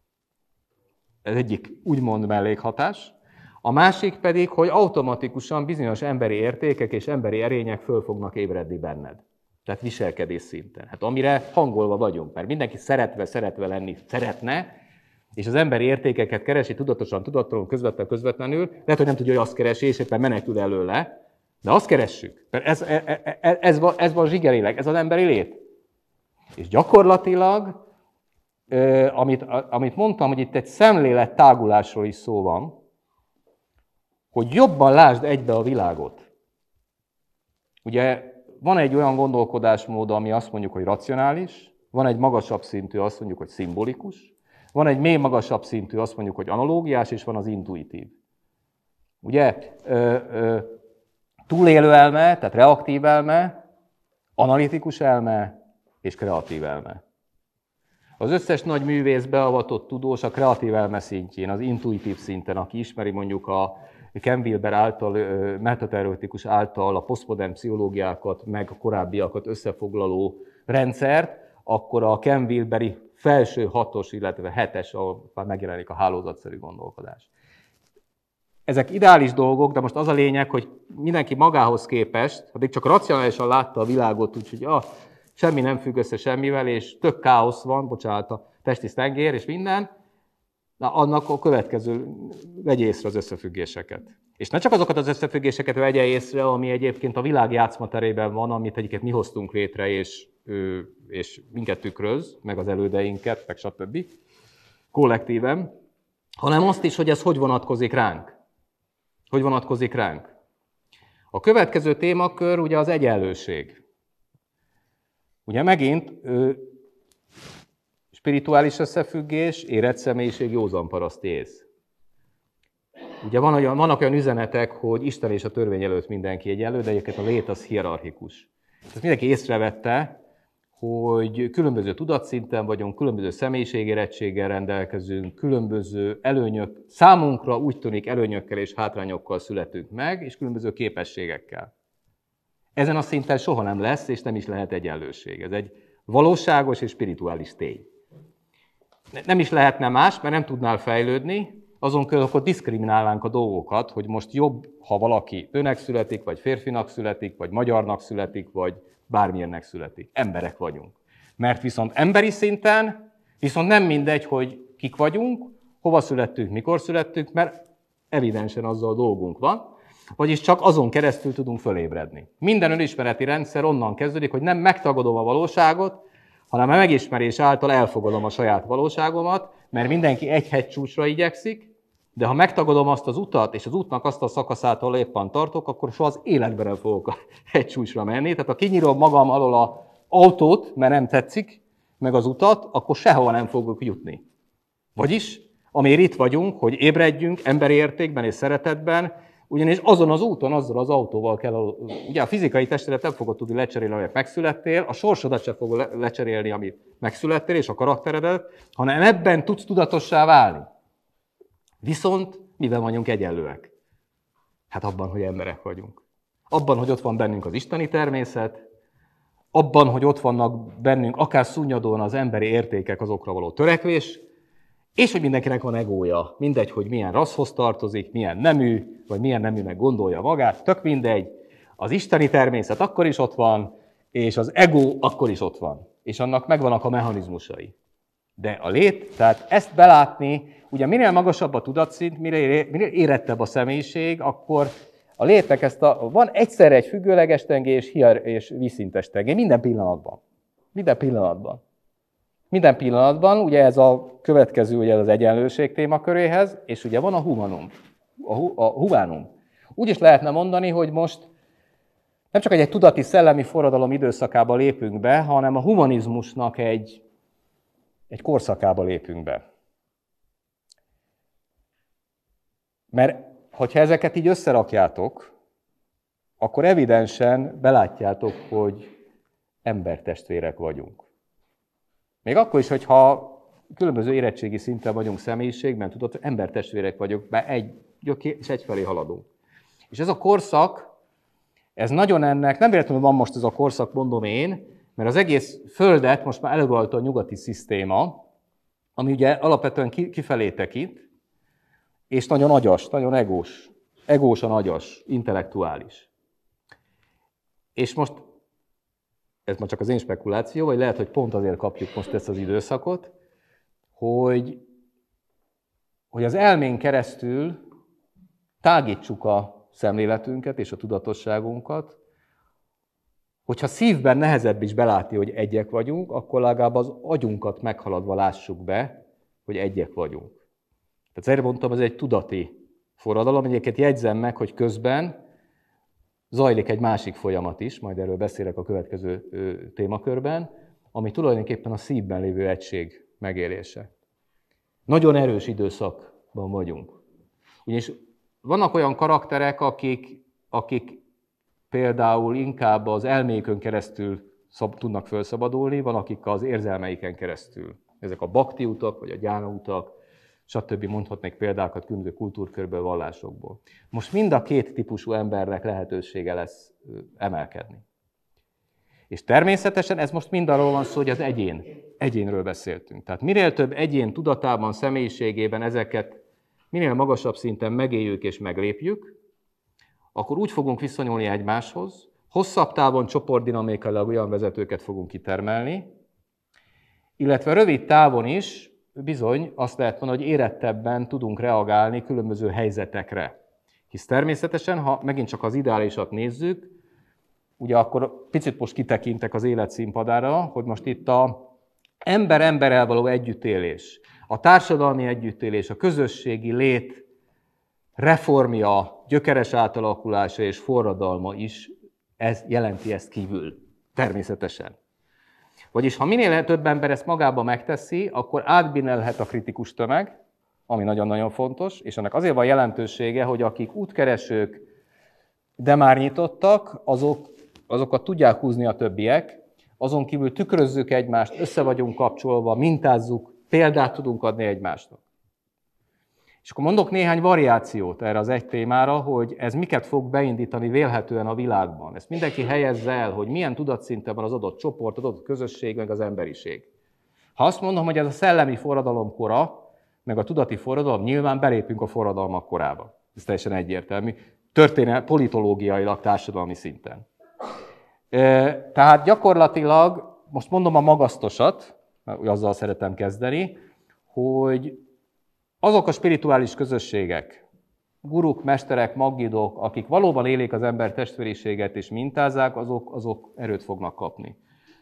Speaker 1: Ez egyik úgymond mellékhatás. A másik pedig, hogy automatikusan bizonyos emberi értékek és emberi erények föl fognak ébredni benned. Tehát viselkedés szinten. Hát amire hangolva vagyunk, mert mindenki szeretve, szeretve lenni szeretne, és az emberi értékeket keresi tudatosan, tudattalanul, közvetlenül, közvetlenül, lehet, hogy nem tudja, hogy azt keresi, és éppen menekül előle, de azt keressük. Mert ez, ez, ez, ez, van, ez van zsigerileg, ez az emberi lét. És gyakorlatilag, amit, amit mondtam, hogy itt egy szemlélet tágulásról is szó van, hogy jobban lásd egybe a világot. Ugye van egy olyan gondolkodásmód, ami azt mondjuk, hogy racionális, van egy magasabb szintű, azt mondjuk, hogy szimbolikus, van egy mély magasabb szintű, azt mondjuk, hogy analógiás, és van az intuitív. Ugye, ö, ö, túlélő elme, tehát reaktív elme, analitikus elme és kreatív elme. Az összes nagy művész, beavatott tudós a kreatív elme szintjén, az intuitív szinten, aki ismeri mondjuk a Ken Wilber által, metateoretikus által a posztmodern pszichológiákat, meg a korábbiakat összefoglaló rendszert, akkor a Ken Wilberi felső hatos, illetve hetes, ahol már megjelenik a hálózatszerű gondolkodás. Ezek ideális dolgok, de most az a lényeg, hogy mindenki magához képest, addig csak racionálisan látta a világot, úgyhogy ah, semmi nem függ össze semmivel, és tök káosz van, bocsánat, a testi sztengér és minden, na, annak a következő vegye észre az összefüggéseket. És ne csak azokat az összefüggéseket vegye észre, ami egyébként a világ játszmaterében van, amit egyiket mi hoztunk létre, és, és minket tükröz, meg az elődeinket, meg stb. Kollektíven, hanem azt is, hogy ez hogy vonatkozik ránk. Hogy vonatkozik ránk. A következő témakör ugye az egyenlőség. Ugye megint spirituális összefüggés, érett személyiség, józan paraszti ész. Ugye van olyan, vannak olyan üzenetek, hogy Isten és a törvény előtt mindenki egyenlő, de egyébként a lét az hierarchikus. Tehát mindenki észrevette, hogy különböző tudatszinten vagyunk, különböző személyiségérettséggel rendelkezünk, különböző előnyök, számunkra úgy tűnik előnyökkel és hátrányokkal születünk meg, és különböző képességekkel. Ezen a szinten soha nem lesz, és nem is lehet egyenlőség. Ez egy valóságos és spirituális tény. Nem is lehetne más, mert nem tudnál fejlődni, azon kívül akkor diszkriminálnánk a dolgokat, hogy most jobb, ha valaki nőnek születik, vagy férfinak születik, vagy magyarnak születik, vagy bármilyennek születik. Emberek vagyunk. Mert viszont emberi szinten, viszont nem mindegy, hogy kik vagyunk, hova születtünk, mikor születtünk, mert evidensen azzal dolgunk van, vagyis csak azon keresztül tudunk fölébredni. Minden önismereti rendszer onnan kezdődik, hogy nem megtagadom a valóságot, hanem a megismerés által elfogadom a saját valóságomat, mert mindenki egy hegycsúcsra igyekszik, de ha megtagadom azt az utat, és az útnak azt a szakaszát, ahol éppen tartok, akkor soha az életben nem fogok a hegycsúcsra menni. Tehát ha kinyírom magam alól az autót, mert nem tetszik, meg az utat, akkor sehova nem fogok jutni. Vagyis Amiért itt vagyunk, hogy ébredjünk emberi értékben és szeretetben, ugyanis azon az úton, azzal az autóval kell, ugye a fizikai testedet nem fogod tudni lecserélni, amit megszülettél, a sorsodat sem fogod lecserélni, amit megszülettél, és a karakteredet, hanem ebben tudsz tudatossá válni. Viszont mivel vagyunk egyenlőek? Hát abban, hogy emberek vagyunk. Abban, hogy ott van bennünk az isteni természet, abban, hogy ott vannak bennünk akár szunnyadóan az emberi értékek, azokra való törekvés, és hogy mindenkinek van egója. Mindegy, hogy milyen rasszhoz tartozik, milyen nemű, vagy milyen neműnek gondolja magát, tök mindegy. Az isteni természet akkor is ott van, és az ego akkor is ott van. És annak megvannak a mechanizmusai. De a lét, tehát ezt belátni, ugye minél magasabb a tudatszint, minél, minél érettebb a személyiség, akkor a létnek ezt a, van egyszerre egy függőleges tengely és, és vízszintes tengely, minden pillanatban. Minden pillanatban. Minden pillanatban, ugye ez a következő, ugye ez az egyenlőség témaköréhez, és ugye van a humanum, a, hu, a humánum. Úgy is lehetne mondani, hogy most nem csak egy, egy tudati szellemi forradalom időszakába lépünk be, hanem a humanizmusnak egy, egy korszakába lépünk be. Mert hogyha ezeket így összerakjátok, akkor evidensen belátjátok, hogy embertestvérek vagyunk. Még akkor is, hogyha különböző érettségi szinten vagyunk személyiségben, tudod, hogy embertestvérek vagyok, mert egy és egyfelé haladunk. És ez a korszak, ez nagyon ennek, nem véletlenül van most ez a korszak, mondom én, mert az egész Földet most már eluralta a nyugati szisztéma, ami ugye alapvetően kifelé tekint, és nagyon agyas, nagyon egós, egósan agyas, intellektuális. És most, ez már csak az én spekuláció, vagy lehet, hogy pont azért kapjuk most ezt az időszakot, hogy, hogy az elmén keresztül tágítsuk a szemléletünket és a tudatosságunkat, hogyha szívben nehezebb is belátni, hogy egyek vagyunk, akkor legalább az agyunkat meghaladva lássuk be, hogy egyek vagyunk. Tehát erre mondtam, ez egy tudati forradalom, egyébként jegyzem meg, hogy közben zajlik egy másik folyamat is, majd erről beszélek a következő témakörben, ami tulajdonképpen a szívben lévő egység megélése. Nagyon erős időszakban vagyunk. Ugyanis vannak olyan karakterek, akik, akik például inkább az elmékön keresztül szab, tudnak felszabadulni, van akik az érzelmeiken keresztül. Ezek a bhakti utak, vagy a gyána utak, stb. Mondhatnék példákat különböző kultúrkörből, vallásokból. Most mind a két típusú embernek lehetősége lesz emelkedni. És természetesen ez most mind arról van szó, hogy az egyén, egyénről beszéltünk. Tehát minél több egyén tudatában, személyiségében ezeket minél magasabb szinten megéljük és meglépjük, akkor úgy fogunk viszonyulni egymáshoz, hosszabb távon csoportdinamikailag olyan vezetőket fogunk kitermelni, illetve rövid távon is bizony azt lehet mondani, hogy érettebben tudunk reagálni különböző helyzetekre. Hisz természetesen, ha megint csak az ideálisat nézzük, ugye akkor picit most kitekintek az élet színpadára, hogy most itt a ember-emberrel való együttélés, a társadalmi együttélés, a közösségi lét reformja, gyökeres átalakulása és forradalma is ez jelenti ezt kívül, természetesen. Vagyis ha minél több ember ezt magába megteszi, akkor átbinelhet a kritikus tömeg, ami nagyon-nagyon fontos, és ennek azért van jelentősége, hogy akik útkeresők, de már nyitottak, azok, azokat tudják húzni a többiek, azon kívül tükrözzük egymást, össze vagyunk kapcsolva, mintázzuk, példát tudunk adni egymásnak. És akkor mondok néhány variációt erre az egy témára, hogy ez miket fog beindítani vélhetően a világban. Ezt mindenki helyezze el, hogy milyen tudatszinten van az adott csoport, az adott közösség, meg az emberiség. Ha azt mondom, hogy ez a szellemi forradalom kora, meg a tudati forradalom, nyilván belépünk a forradalmak korába. Ez teljesen egyértelmű. Történelmi, politológiailag, társadalmi szinten. Tehát gyakorlatilag, most mondom a magasztosat, azzal szeretem kezdeni, hogy azok a spirituális közösségek, guruk, mesterek, maggidok, akik valóban élik az ember testvériséget és mintázzák, azok, azok erőt fognak kapni.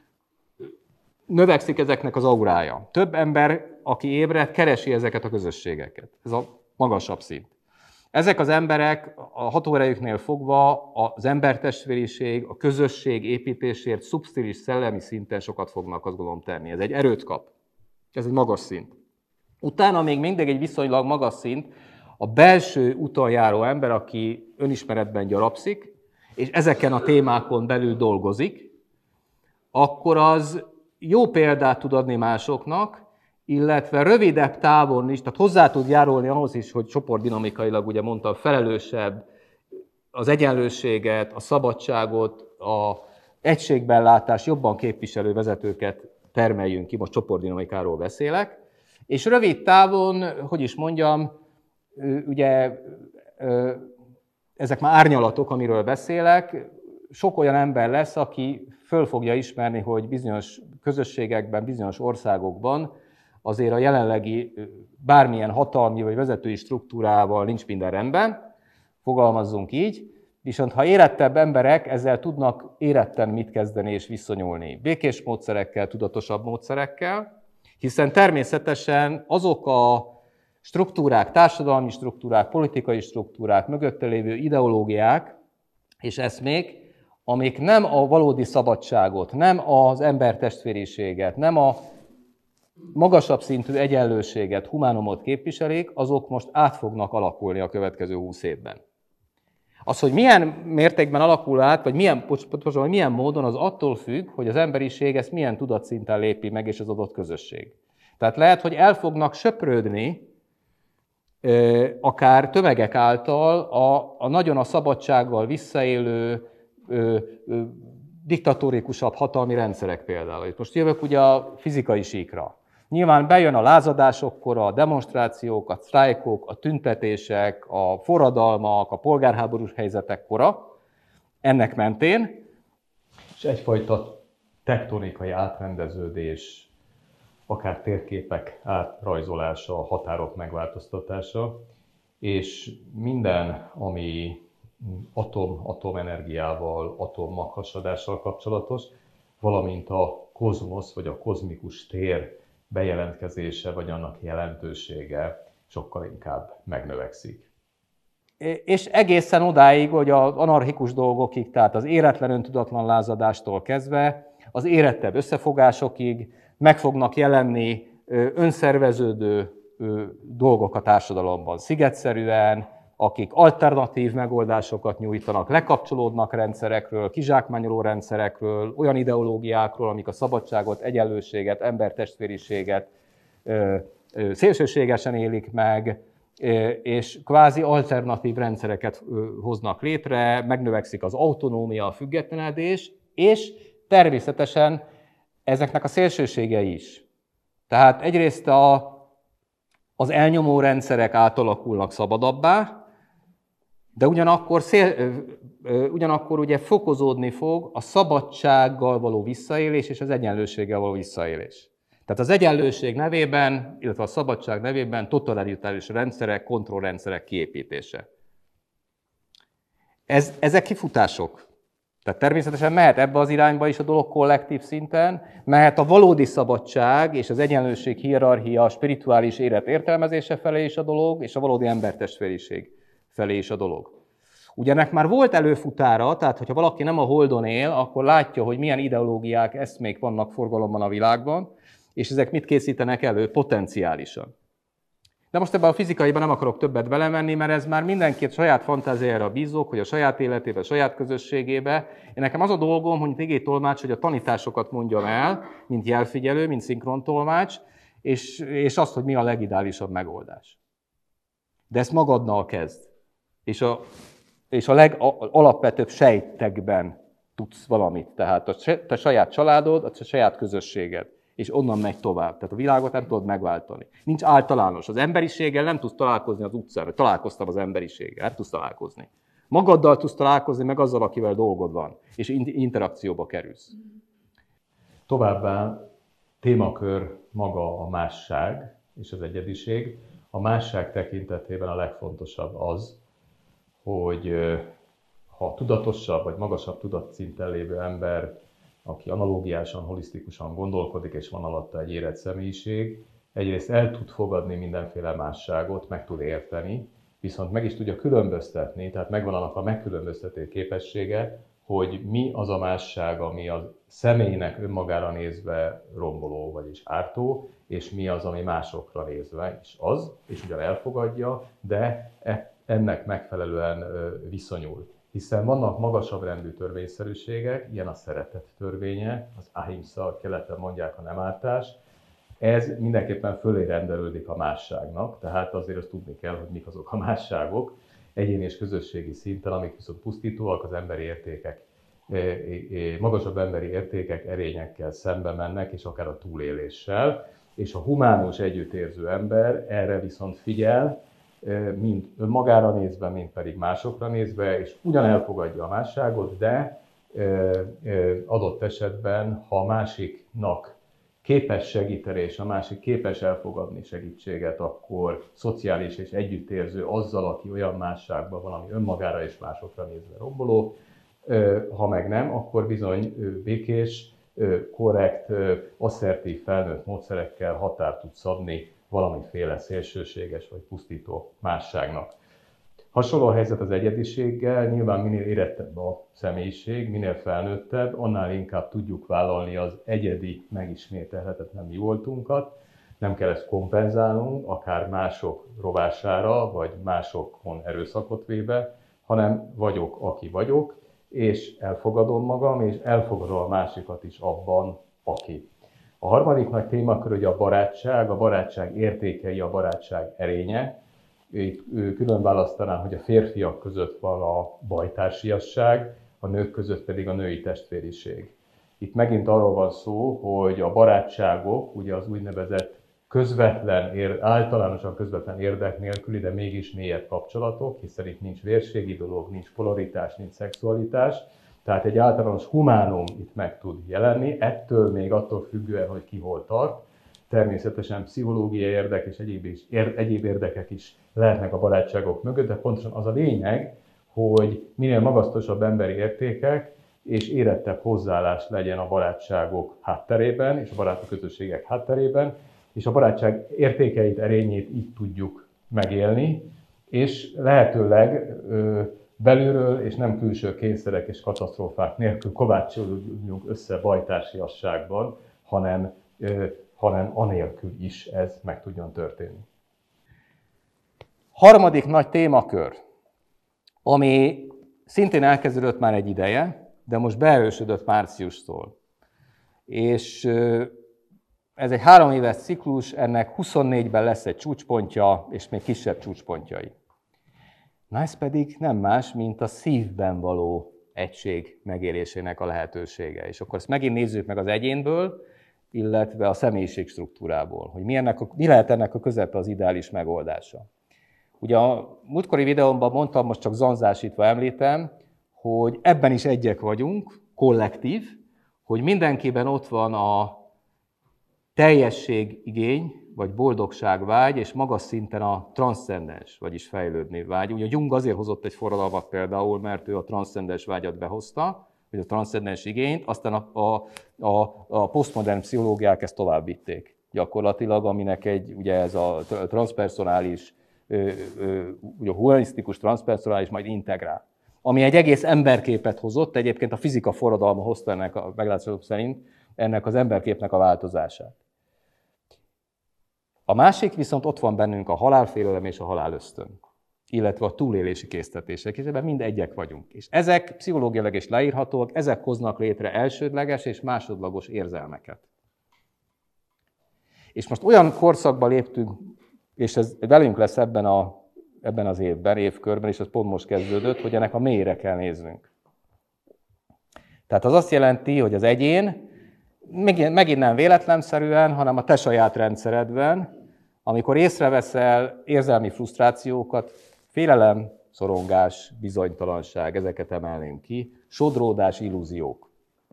Speaker 1: Növekszik ezeknek az aurája. Több ember, aki ébred, keresi ezeket a közösségeket. Ez a magasabb szint. Ezek az emberek a hatóerejüknél fogva az embertestvériség, a közösség építésért szubsztilis szellemi szinten sokat fognak, azt gondolom, tenni. Ez egy erőt kap. Ez egy magas szint.
Speaker 2: Utána még mindig egy viszonylag magas szint a belső úton járó ember, aki önismeretben gyarapszik, és ezeken a témákon belül dolgozik, akkor az jó példát tud adni másoknak, illetve rövidebb távon is, tehát hozzá tud járulni ahhoz is, hogy csoportdinamikailag, ugye mondtam, felelősebb, az egyenlőséget, a szabadságot, a egységbellátás jobban képviselő vezetőket termeljünk ki, most csoportdinamikáról beszélek, és rövid távon, hogy is mondjam, ugye ezek már árnyalatok, amiről beszélek, sok olyan ember lesz, aki föl fogja ismerni, hogy bizonyos közösségekben, bizonyos országokban azért a jelenlegi bármilyen hatalmi vagy vezetői struktúrával nincs minden rendben, fogalmazzunk így, viszont ha érettebb emberek ezzel tudnak éretten mit kezdeni és viszonyulni. Békés módszerekkel, tudatosabb módszerekkel, hiszen természetesen azok a struktúrák, társadalmi struktúrák, politikai struktúrák, mögötte lévő ideológiák és eszmék, amik nem a valódi szabadságot, nem az embertestvériséget, nem a magasabb szintű egyenlőséget, humánumot képviselik, azok most át fognak alakulni a következő húsz évben. Az, hogy milyen mértékben alakul át, vagy milyen, vagy milyen módon, az attól függ, hogy az emberiség ezt milyen tudatszinten lépi meg, és az adott közösség. Tehát lehet, hogy el fognak söprődni, akár tömegek által a, a nagyon a szabadsággal visszaélő, ö, ö, diktatórikusabb hatalmi rendszerek például. Most jövök ugye a fizikai síkra. Nyilván bejön a lázadásokkor, a demonstrációk, a sztrájkok, a tüntetések, a forradalmak, a polgárháborús helyzetek kora, ennek mentén.
Speaker 1: És egyfajta tektonikai átrendeződés, akár térképek átrajzolása, határok megváltoztatása, és minden, ami atom, atomenergiával, atommaghasadással kapcsolatos, valamint a kozmosz vagy a kozmikus tér bejelentkezése vagy annak jelentősége sokkal inkább megnövekszik.
Speaker 2: És egészen odáig, hogy az anarchikus dolgokig, tehát az éretlen öntudatlan lázadástól kezdve, az érettebb összefogásokig meg fognak jelenni önszerveződő dolgok a társadalomban szigetszerűen, akik alternatív megoldásokat nyújtanak, lekapcsolódnak rendszerekről, kizsákmányoló rendszerekről, olyan ideológiákról, amik a szabadságot, egyenlőséget, embertestvériséget szélsőségesen élik meg, és kvázi alternatív rendszereket hoznak létre, megnövekszik az autonómia, a függetlenedés, és természetesen ezeknek a szélsőségei is. Tehát egyrészt a, az elnyomó rendszerek átalakulnak szabadabbá, de ugyanakkor, szél, ugyanakkor ugye fokozódni fog a szabadsággal való visszaélés és az egyenlőséggel való visszaélés. Tehát az egyenlőség nevében, illetve a szabadság nevében totalitárius rendszerek, kontrollrendszerek kiépítése. Ez, ezek kifutások. Tehát természetesen mehet ebbe az irányba is a dolog kollektív szinten, mehet a valódi szabadság és az egyenlőség hierarchia, a spirituális élet értelmezése felé is a dolog, és a valódi embertestvériség felé is a dolog. Ugye ennek már volt előfutára, tehát hogyha valaki nem a Holdon él, akkor látja, hogy milyen ideológiák, eszmék vannak forgalomban a világban, és ezek mit készítenek elő potenciálisan. De most ebben a fizikaiban nem akarok többet belemenni, mert ez már mindenki a saját fantáziájára bízok, hogy a saját életébe, a saját közösségébe. Én nekem az a dolgom, hogy igétolmács, hogy a tanításokat mondjam el, mint jelfigyelő, mint szinkrontolmács, és, és azt, hogy mi a legideálisabb megoldás. De ezt magaddal kezd. És a, és a legalapvetőbb sejtekben tudsz valamit. Tehát a te saját családod, a saját közösséged. És onnan megy tovább. Tehát a világot nem tudod megváltani. Nincs általános. Az emberiséggel nem tudsz találkozni az utcán. Találkoztam az emberiséggel, nem tudsz találkozni. Magaddal tudsz találkozni, meg azzal, akivel dolgod van. És interakcióba kerülsz.
Speaker 1: Továbbá témakör maga a másság és az egyediség. A másság tekintetében a legfontosabb az, hogy ha tudatosabb vagy magasabb tudatszinten lévő ember, aki analógiásan, holisztikusan gondolkodik, és van alatta egy érett személyiség, egyrészt el tud fogadni mindenféle másságot, meg tud érteni, viszont meg is tudja különböztetni, tehát megvan annak a megkülönböztető képessége, hogy mi az a másság, ami a személynek önmagára nézve romboló, vagyis ártó, és mi az, ami másokra nézve is az, és ugyan elfogadja, de ennek megfelelően viszonyul. Hiszen vannak magasabb rendű törvényszerűségek, ilyen a szeretet törvénye, az ahimsa, keleten mondják a nem ártás. Ez mindenképpen fölé rendelődik a másságnak, tehát azért azt tudni kell, hogy mik azok a másságok, egyéni és közösségi szinten, amik viszont pusztítóak, az emberi értékek, magasabb emberi értékek erényekkel szembe mennek, és akár a túléléssel. És a humánus együttérző ember erre viszont figyel, mind önmagára nézve, mind pedig másokra nézve, és ugyan elfogadja a másságot, de adott esetben, ha a másiknak képes segíteni, és a másik képes elfogadni segítséget, akkor szociális és együttérző azzal, aki olyan másságban van, ami önmagára és másokra nézve romboló. Ha meg nem, akkor bizony békés, korrekt, asszertív, felnőtt módszerekkel határt tud szabni valamiféle szélsőséges vagy pusztító másságnak. Hasonló a helyzet az egyediséggel, nyilván minél érettebb a személyiség, minél felnőttebb, annál inkább tudjuk vállalni az egyedi, megismételhetetlen mi voltunkat. Nem kell ezt kompenzálnunk, akár mások rovására, vagy másokon erőszakot véve, hanem vagyok, aki vagyok, és elfogadom magam, és elfogadom a másikat is abban, aki. A harmadik nagy témakör ugye a barátság, a barátság értékei, a barátság erénye. Itt külön választanám, hogy a férfiak között van a bajtársiasság, a nők között pedig a női testvériség. Itt megint arról van szó, hogy a barátságok, ugye az úgynevezett közvetlen, általánosan közvetlen érdek nélküli, de mégis mélyebb kapcsolatok, hiszen itt nincs vérségi dolog, nincs polaritás, nincs szexualitás, tehát egy általános humánum itt meg tud jelenni, ettől még attól függően, hogy ki hol tart. Természetesen pszichológiai érdek és egyéb, is, egyéb érdekek is lehetnek a barátságok mögött, de pontosan az a lényeg, hogy minél magasztosabb emberi értékek és érettebb hozzáállás legyen a barátságok hátterében és a baráti közösségek hátterében, és a barátság értékeit, erényét így tudjuk megélni, és lehetőleg ö, belülről és nem külső kényszerek és katasztrófák nélkül kovácsolódjunk össze bajtársiasságban, hanem, ö, hanem anélkül is ez meg tudjon történni.
Speaker 2: Harmadik nagy témakör, ami szintén elkezdődött már egy ideje, de most beerősödött márciustól. És ez egy három éves ciklus, ennek huszonnégyben lesz egy csúcspontja, és még kisebb csúcspontjai. Na ez pedig nem más, mint a szívben való egység megélésének a lehetősége. És akkor ezt megint nézzük meg az egyénből, illetve a személyiség struktúrából, hogy mi, ennek a, mi lehet ennek a közepe az ideális megoldása. Ugye a múltkori videómban mondtam, most csak zanzásítva említem, hogy ebben is egyek vagyunk, kollektív, hogy mindenkiben ott van a teljességigény, vagy boldogságvágy, és magas szinten a transzcendens, vagyis fejlődni vágy. Ugye Jung azért hozott egy forradalmat például, mert ő a transzcendens vágyat behozta, vagy a transzcendens igényt, aztán a, a, a, a posztmodern pszichológiák ezt tovább vitték gyakorlatilag, aminek egy, ugye ez a transzpersonális, ugye a humanisztikus transzpersonális, majd integrál. Ami egy egész emberképet hozott, egyébként a fizika forradalma hozta ennek a meglátások szerint ennek az emberképnek a változását. A másik viszont ott van bennünk a halálfélelem és a halálösztön, illetve a túlélési késztetések, és ebben mind egyek vagyunk. És ezek pszichológiailag is leírhatóak, ezek hoznak létre elsődleges és másodlagos érzelmeket. És most olyan korszakba léptünk, és ez velünk lesz ebben, a, ebben az évben, évkörben, és ez pont most kezdődött, hogy ennek a mélyre kell néznünk. Tehát az azt jelenti, hogy az egyén, megint nem véletlenszerűen, hanem a te saját rendszeredben, amikor észreveszel érzelmi frusztrációkat, félelem, szorongás, bizonytalanság, ezeket emelném ki, sodródás, illúziók.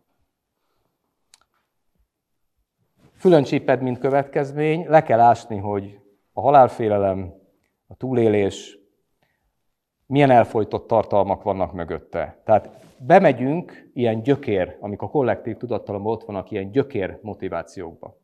Speaker 2: Fülöncsíped, mint következmény, le kell ásni, hogy a halálfélelem, a túlélés, milyen elfojtott tartalmak vannak mögötte. Tehát bemegyünk ilyen gyökér, amikor a kollektív tudattalamban ott vannak ilyen gyökér motivációkba.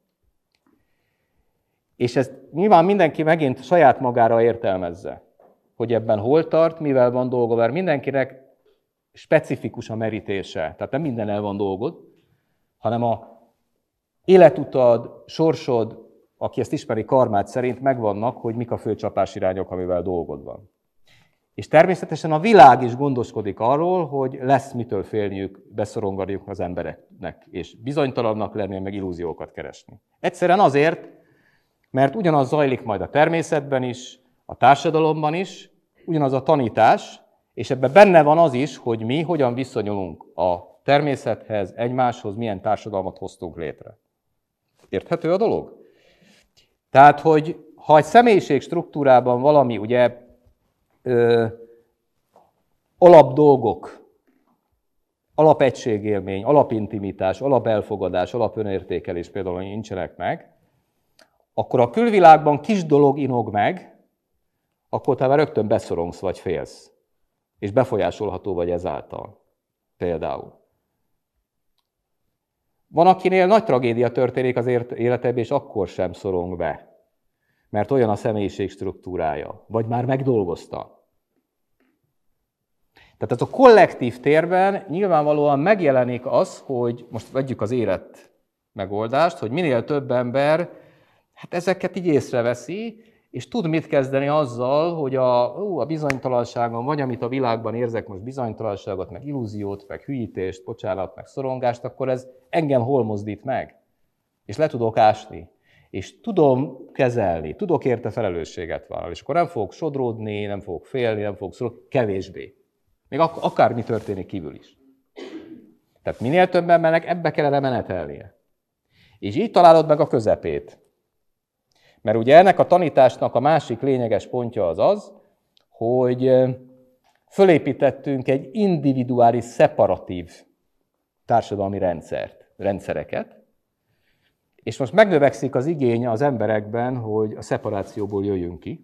Speaker 2: És ezt nyilván mindenki megint saját magára értelmezze, hogy ebben hol tart, mivel van dolga, mert mindenkinek specifikus a merítése, tehát nem mindennel van dolgod, hanem a életutad, sorsod, aki ezt ismeri karmát szerint, megvannak, hogy mik a fő csapásirányok, amivel dolgod van. És természetesen a világ is gondoskodik arról, hogy lesz mitől félniük, beszoronganiuk az embereknek, és bizonytalannak lenni, meg illúziókat keresni. Egyszerűen azért, mert ugyanaz zajlik majd a természetben is, a társadalomban is, ugyanaz a tanítás, és ebben benne van az is, hogy mi hogyan viszonyulunk a természethez, egymáshoz, milyen társadalmat hoztunk létre. Érthető a dolog? Tehát, hogy ha egy személyiség struktúrában valami, ugye, ö, alapdolgok, alapegységélmény, alapintimitás, alapelfogadás, alapönértékelés például nincsenek meg, akkor a külvilágban kis dolog inog meg, akkor te már rögtön beszorongsz vagy félsz, és befolyásolható vagy ezáltal. Például. Van, akinél nagy tragédia történik az életében, és akkor sem szorong be, mert olyan a személyiség struktúrája, vagy már megdolgozta. Tehát ez a kollektív térben nyilvánvalóan megjelenik az, hogy most vegyük az élet megoldást, hogy minél több ember hát ezeket így észreveszi, és tud mit kezdeni azzal, hogy a, ó, a bizonytalanságon, vagy amit a világban érzek most bizonytalanságot, meg illúziót, meg hülyítést, bocsánat, meg szorongást, akkor ez engem hol mozdít meg? És le tudok ásni. És tudom kezelni, tudok érte felelősséget vállalni. És akkor nem fogok sodródni, nem fogok félni, nem fogok szorongani, kevésbé. Még ak- akármi történik kívül is. Tehát minél több embernek ebbe kellene menetelnie. És így találod meg a közepét. Mert ugye ennek a tanításnak a másik lényeges pontja az az, hogy fölépítettünk egy individuális, szeparatív társadalmi rendszert, rendszereket, és most megnövekszik az igény az emberekben, hogy a szeparációból jöjjünk ki,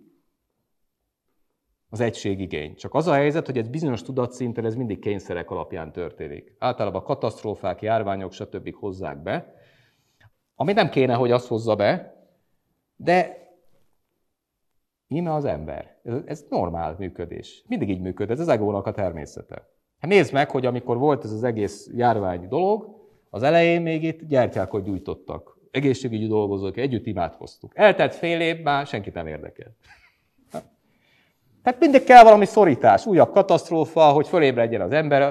Speaker 2: az egységigény. Csak az a helyzet, hogy egy bizonyos tudatszinten ez mindig kényszerek alapján történik. Általában katasztrófák, járványok, stb. Hozzák be, ami nem kéne, hogy azt hozza be, de íme az ember. Ez, ez normál működés. Mindig így működik, ez az egónak a természete. Hát nézd meg, hogy amikor volt ez az egész járvány dolog, az elején még itt gyertyákat gyújtottak. Egészségügyi dolgozók, együtt imádkoztuk. Eltelt fél év, már senkit nem érdekel. Tehát mindig kell valami szorítás, újabb katasztrófa, hogy fölébredjen az ember,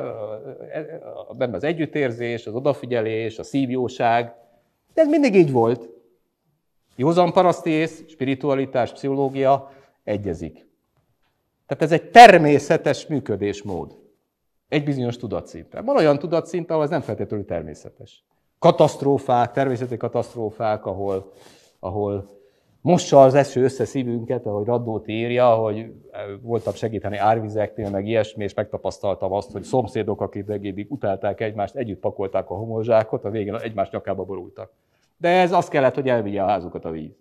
Speaker 2: az együttérzés, az odafigyelés, a szívjóság. De ez mindig így volt. Józan paraszti ész, spiritualitás, pszichológia egyezik. Tehát ez egy természetes működésmód. Egy bizonyos tudatszinten. Van olyan tudatszint, ahol ez nem feltétlenül természetes. Katasztrófák, természeti katasztrófák, ahol, ahol mossa az eső össze szívünket, ahogy Radnóti írja, hogy voltam segíteni árvizeknél, meg ilyesmi, és megtapasztaltam azt, hogy szomszédok, akik eddig utálták egymást, együtt pakolták a homlokzsákot, a végén egymás nyakába borultak. De ez azt kellett, hogy elvigye a házukat a víz.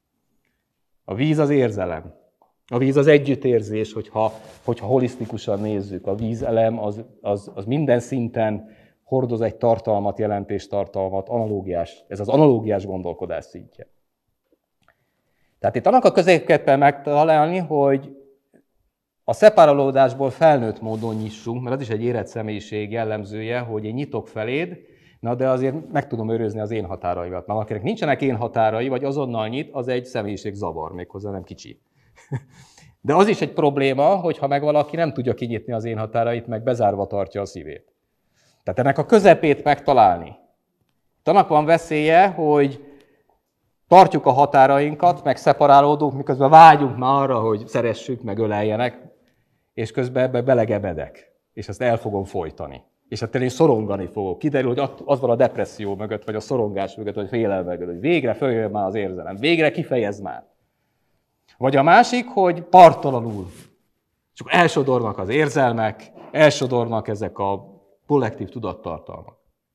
Speaker 2: A víz az érzelem. A víz az együttérzés, hogyha, hogyha holisztikusan nézzük. A vízelem az, az, az minden szinten hordoz egy tartalmat, jelentéstartalmat, analógiás. Ez az analógiás gondolkodás szintje. Tehát itt annak a középet kell megtalálni, hogy a szeparálódásból felnőtt módon nyissunk, mert az is egy érett személyiség jellemzője, hogy én nyitok feléd, na de azért meg tudom őrizni az én határaimat. Mert akinek nincsenek én határai, vagy azonnal nyit, az egy személyiség zavar, méghozzá nem kicsi. De az is egy probléma, hogyha meg valaki nem tudja kinyitni az én határait, meg bezárva tartja a szívét. Tehát ennek a közepét megtalálni. Annak van veszélye, hogy tartjuk a határainkat, meg szeparálódunk, miközben vágyunk már arra, hogy szeressük, meg öleljenek, és közben ebbe belegebedek, és ezt el fogom folytani. És hát én szorongani fogok. Kiderül, hogy az van a depresszió mögött, vagy a szorongás mögött, vagy félelem mögött, hogy végre följön már az érzelem, végre kifejezd már. Vagy a másik, hogy parttalanul. Csak elsodornak az érzelmek, elsodornak ezek a kollektív tudattartalmak.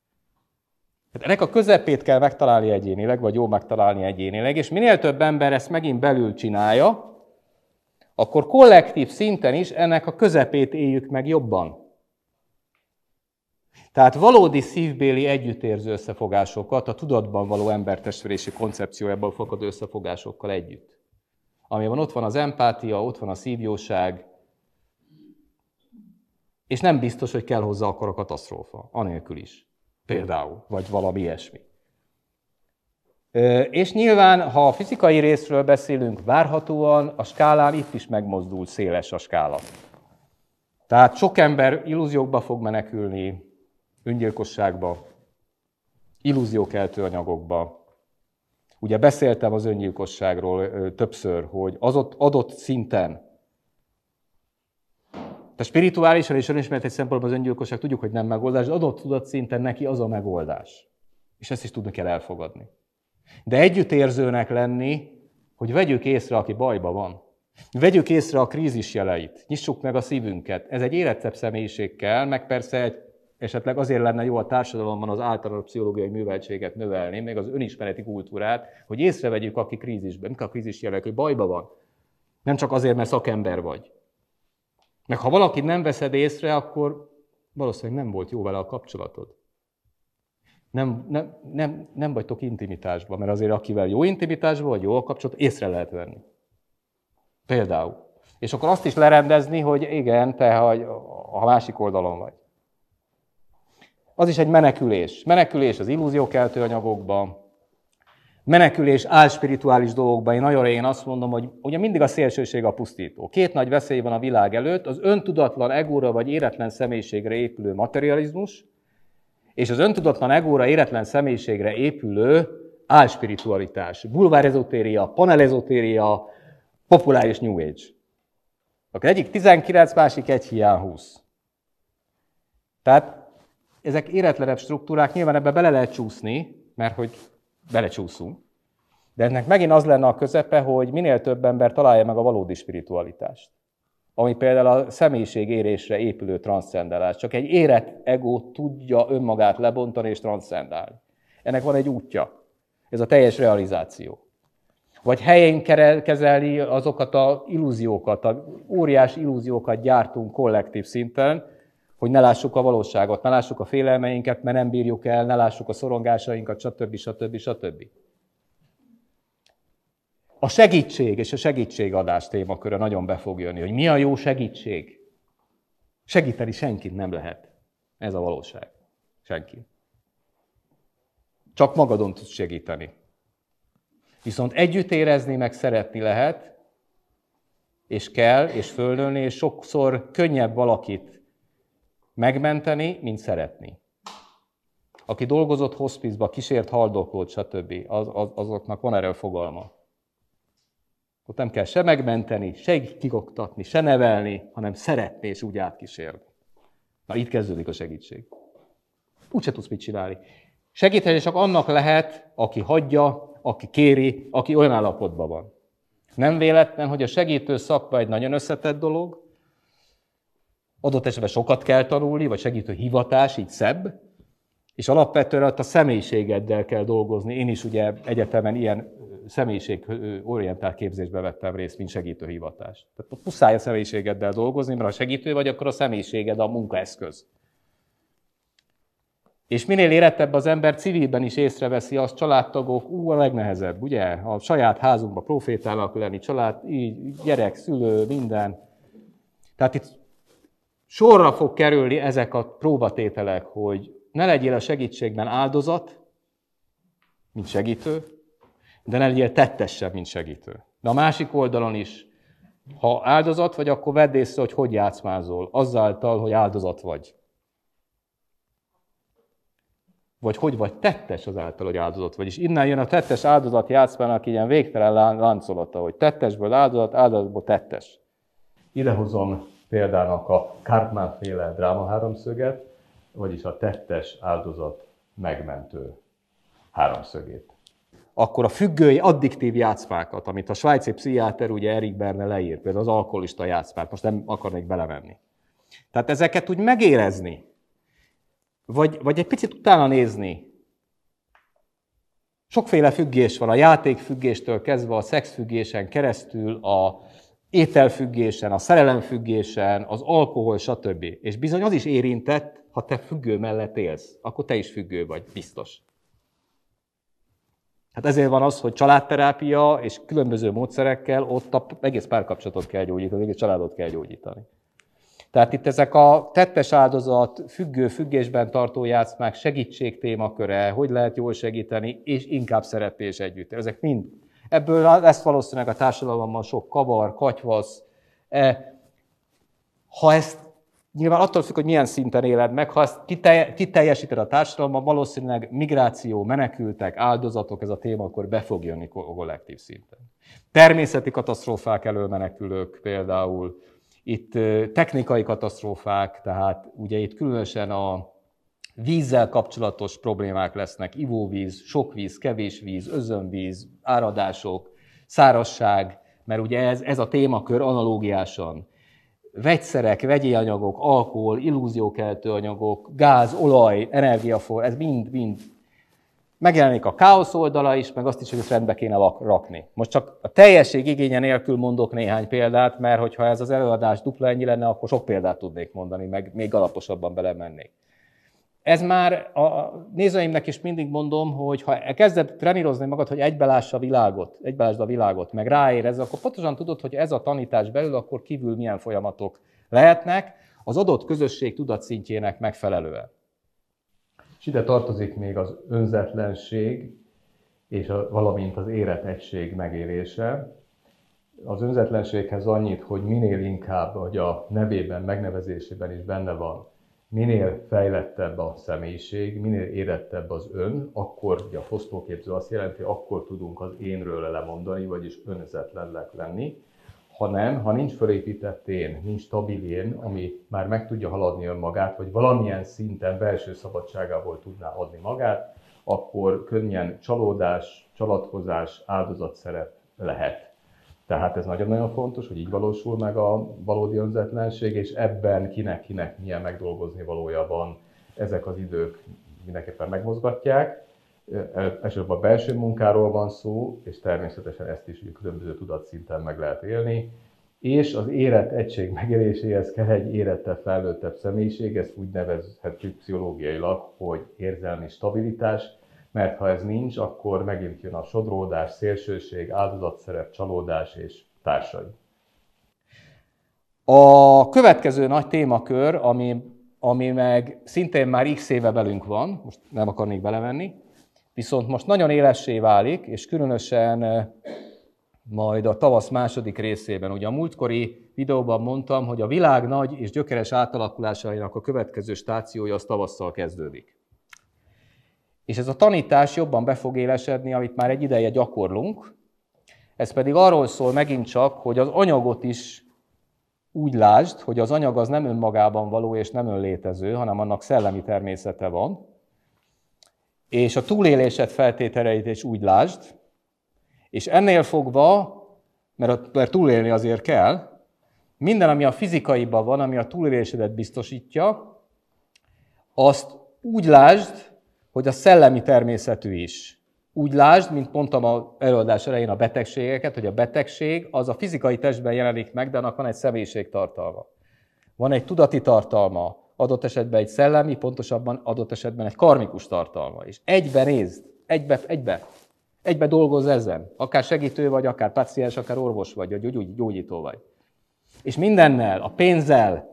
Speaker 2: Hát ennek a közepét kell megtalálni egyénileg, vagy jó megtalálni egyénileg, és minél több ember ezt megint belül csinálja, akkor kollektív szinten is ennek a közepét éljük meg jobban. Tehát valódi szívbéli együttérző összefogásokat, a tudatban való embertestvérési koncepciójából fakadó összefogásokkal együtt. Amiben ott van az empátia, ott van a szívjóság, és nem biztos, hogy kell hozzá akkor a katasztrófa, anélkül is. Például, vagy valami ilyesmi. És nyilván, ha a fizikai részről beszélünk, várhatóan a skálán itt is megmozdul széles a skála. Tehát sok ember illúziókba fog menekülni, öngyilkosságba, illúziókeltő anyagokba. Ugye beszéltem az öngyilkosságról többször, hogy az ott adott szinten, tehát spirituálisan és önismereti szempontból az öngyilkosság tudjuk, hogy nem megoldás, de adott tudatszinten neki az a megoldás. És ezt is tudni kell elfogadni. De együttérzőnek lenni, hogy vegyük észre, aki bajba van. Vegyük észre a krízis jeleit, nyissuk meg a szívünket. Ez egy érettebb személyiség kell, meg persze egy, esetleg azért lenne jó a társadalomban az általános pszichológiai műveltséget növelni, még az önismereti kultúrát, hogy észrevegyük, aki krízisben, mik a krízis jelek, hogy bajba van. Nem csak azért, mert szakember vagy. Meg ha valakit nem veszed észre, akkor valószínűleg nem volt jó vele a kapcsolatod. Nem, nem, nem, nem vagytok intimitásban, mert azért akivel jó intimitásban vagy, jó a kapcsolat, észre lehet venni. Például. És akkor azt is lerendezni, hogy igen, te a másik oldalon vagy. Az is egy menekülés. Menekülés az illúziókeltő anyagokba, menekülés álspirituális dolgokban. Én nagyon régen azt mondom, hogy ugye mindig a szélsőség a pusztító. Két nagy veszély van a világ előtt, az öntudatlan egóra vagy éretlen személyiségre épülő materializmus, és az öntudatlan egóra, éretlen személyiségre épülő álspiritualitás. Bulvár-ezotéria, panel-ezotéria, populáris New Age. Akkor egyik tizenkilenc, másik egy hiány húsz. Tehát ezek éretlenebb struktúrák, nyilván ebbe bele lehet csúszni, mert hogy belecsúszunk. De ennek megint az lenne a közepe, hogy minél több ember találja meg a valódi spiritualitást. Ami például a személyiségérésre épülő transzcendálás. Csak egy érett ego tudja önmagát lebontani és transzcendálni. Ennek van egy útja. Ez a teljes realizáció. Vagy helyén kezelni azokat az illúziókat, a óriás illúziókat gyártunk kollektív szinten, hogy ne lássuk a valóságot, ne lássuk a félelmeinket, mert nem bírjuk el, ne lássuk a szorongásainkat, stb. stb. stb. A segítség és a segítségadás témaköre nagyon be fog jönni, hogy mi a jó segítség. Segíteni senkit nem lehet. Ez a valóság. Senki. Csak magadon tudsz segíteni. Viszont együtt érezni, meg szeretni lehet, és kell, és fölnőni, és sokszor könnyebb valakit megmenteni, mint szeretni. Aki dolgozott hospizba, kísért haldoklót, stb., az, az, azoknak van erről fogalma. Ott nem kell se megmenteni, se kikoktatni, se nevelni, hanem szeretni és úgy átkísérni. Na, itt kezdődik a segítség. Úgyse tudsz mit csinálni. Segíteni csak annak lehet, aki hagyja, aki kéri, aki olyan állapotban van. Nem véletlen, hogy a segítő szakma egy nagyon összetett dolog, adott esetben sokat kell tanulni, vagy segítő hivatás, így szebb, és alapvetően ott a személyiségeddel kell dolgozni. Én is ugye egyetemen ilyen személyiségorientált képzésben vettem részt, mint segítő hivatás. Tehát muszáj a személyiségeddel dolgozni, mert ha segítő vagy, akkor a személyiséged a munkaeszköz. És minél érettebb az ember, civilben is észreveszi azt, családtagok, ú, a legnehezebb, ugye? A saját házunkban profétának lenni, család, így, gyerek, szülő, minden. Tehát itt sorra fog kerülni ezek a próbatételek, hogy ne legyél a segítségben áldozat, mint segítő, de ne legyél tettesebb, mint segítő. De a másik oldalon is, ha áldozat vagy, akkor vedd észre, hogy hogy játszmázol, azáltal, hogy áldozat vagy. Vagy hogy vagy tettes azáltal, hogy áldozat vagy. És innen jön a tettes áldozat játszmának ilyen végtelen láncolata, hogy tettesből áldozat, áldozatból tettes. Idehozom példának a Karpman-féle drámaháromszöget, vagyis a tettes áldozat megmentő háromszögét. Akkor a függői addiktív játszmákat, amit a svájci pszichiáter, ugye Erik Berne leír, például az alkoholista játszmát, most nem akarnék belemenni. Tehát ezeket úgy megérezni, vagy, vagy egy picit utána nézni. Sokféle függés van, a játékfüggéstől kezdve a szexfüggésen keresztül, a ételfüggésen, a szerelemfüggésen, az alkohol, stb. És bizony az is érintett, ha te függő mellett élsz, akkor te is függő vagy, biztos. Hát ezért van az, hogy családterápia és különböző módszerekkel ott a egész párkapcsolatot kell gyógyítani, egész családot kell gyógyítani. Tehát itt ezek a tettes áldozat, függő, függésben tartó játszmák, segítség témaköre, hogy lehet jól segíteni, és inkább szereplés együtt. Ezek mind. Ebből lesz valószínűleg a társadalomban sok kavar, katyvasz. Ha ezt nyilván attól függ, hogy milyen szinten éled meg, ha ezt kiteljesíted a társadalomban, valószínűleg migráció, menekültek, áldozatok, ez a téma akkor be fog jönni kollektív szinten. Természeti katasztrófák elől menekülők például, itt technikai katasztrófák, tehát ugye itt különösen a vízzel kapcsolatos problémák lesznek, ivóvíz, sok víz, kevés víz, özönvíz, áradások, szárazság, mert ugye ez, ez a témakör analógiásan. Vegyszerek, vegyi anyagok, alkohol, illúziókeltő anyagok, gáz, olaj, energiafor, ez mind-mind. Megjelenik a káosz oldala is, meg azt is, hogy ezt rendbe kéne rakni. Most csak a teljesség igénye nélkül mondok néhány példát, mert hogyha ez az előadás dupla ennyi lenne, akkor sok példát tudnék mondani, meg még alaposabban belemennék. Ez már a nézőimnek is mindig mondom, hogy ha kezded trenírozni magad, hogy egybeláss a világot, egybelásd a világot, meg ráérez, akkor pontosan tudod, hogy ez a tanítás belül, akkor kívül milyen folyamatok lehetnek az adott közösség tudatszintjének megfelelően.
Speaker 1: És ide tartozik még az önzetlenség, és a, valamint az érett egység megélése. Az önzetlenséghez annyit, hogy minél inkább, hogy a nevében, megnevezésében is benne van, minél fejlettebb a személyiség, minél érettebb az ön, akkor, ugye a fosztóképző azt jelenti, akkor tudunk az énről lemondani, vagyis önzetlennek lenni. Ha nem, ha nincs felépített én, nincs stabil én, ami már meg tudja haladni önmagát, vagy valamilyen szinten belső szabadságából tudná adni magát, akkor könnyen csalódás, csalatkozás, áldozatszerep lehet. Tehát ez nagyon-nagyon fontos, hogy így valósul meg a valódi önzetlenség, és ebben kinek-kinek milyen megdolgozni valója van, ezek az idők mindenképpen megmozgatják. Elsősorban a belső munkáról van szó, és természetesen ezt is különböző tudatszinten meg lehet élni. És az érett egység megéléséhez kell egy érettebb, felnőttebb személyiség, ezt úgy nevezhetjük pszichológiailag, hogy érzelmi stabilitás, mert ha ez nincs, akkor megint jön a sodródás, szélsőség, áldozatszerep, csalódás és társai.
Speaker 2: A következő nagy témakör, ami, ami meg szintén már x éve velünk van, most nem akarnék belemenni, viszont most nagyon élessé válik, és különösen majd a tavasz második részében. Ugye a múltkori videóban mondtam, hogy a világ nagy és gyökeres átalakulásainak a következő stációja az tavasszal kezdődik. És ez a tanítás jobban be fog élesedni, amit már egy ideje gyakorlunk. Ez pedig arról szól megint csak, hogy az anyagot is úgy lásd, hogy az anyag az nem önmagában való és nem önlétező, hanem annak szellemi természete van. És a túlélésed feltételeit is úgy lásd, és ennél fogva, mert, mert túlélni azért kell, minden, ami a fizikaiban van, ami a túlélésedet biztosítja, azt úgy lásd, hogy a szellemi természetű is. Úgy lásd, mint mondtam az előadás elején a betegségeket, hogy a betegség az a fizikai testben jelenik meg, de annak van egy személyiségtartalma. Van egy tudati tartalma, adott esetben egy szellemi, pontosabban adott esetben egy karmikus tartalma. És egybe nézd, egybe, egybe, egybe dolgozz ezen. Akár segítő vagy, akár paciens, akár orvos vagy, vagy gyógyító vagy. És mindennel, a pénzzel,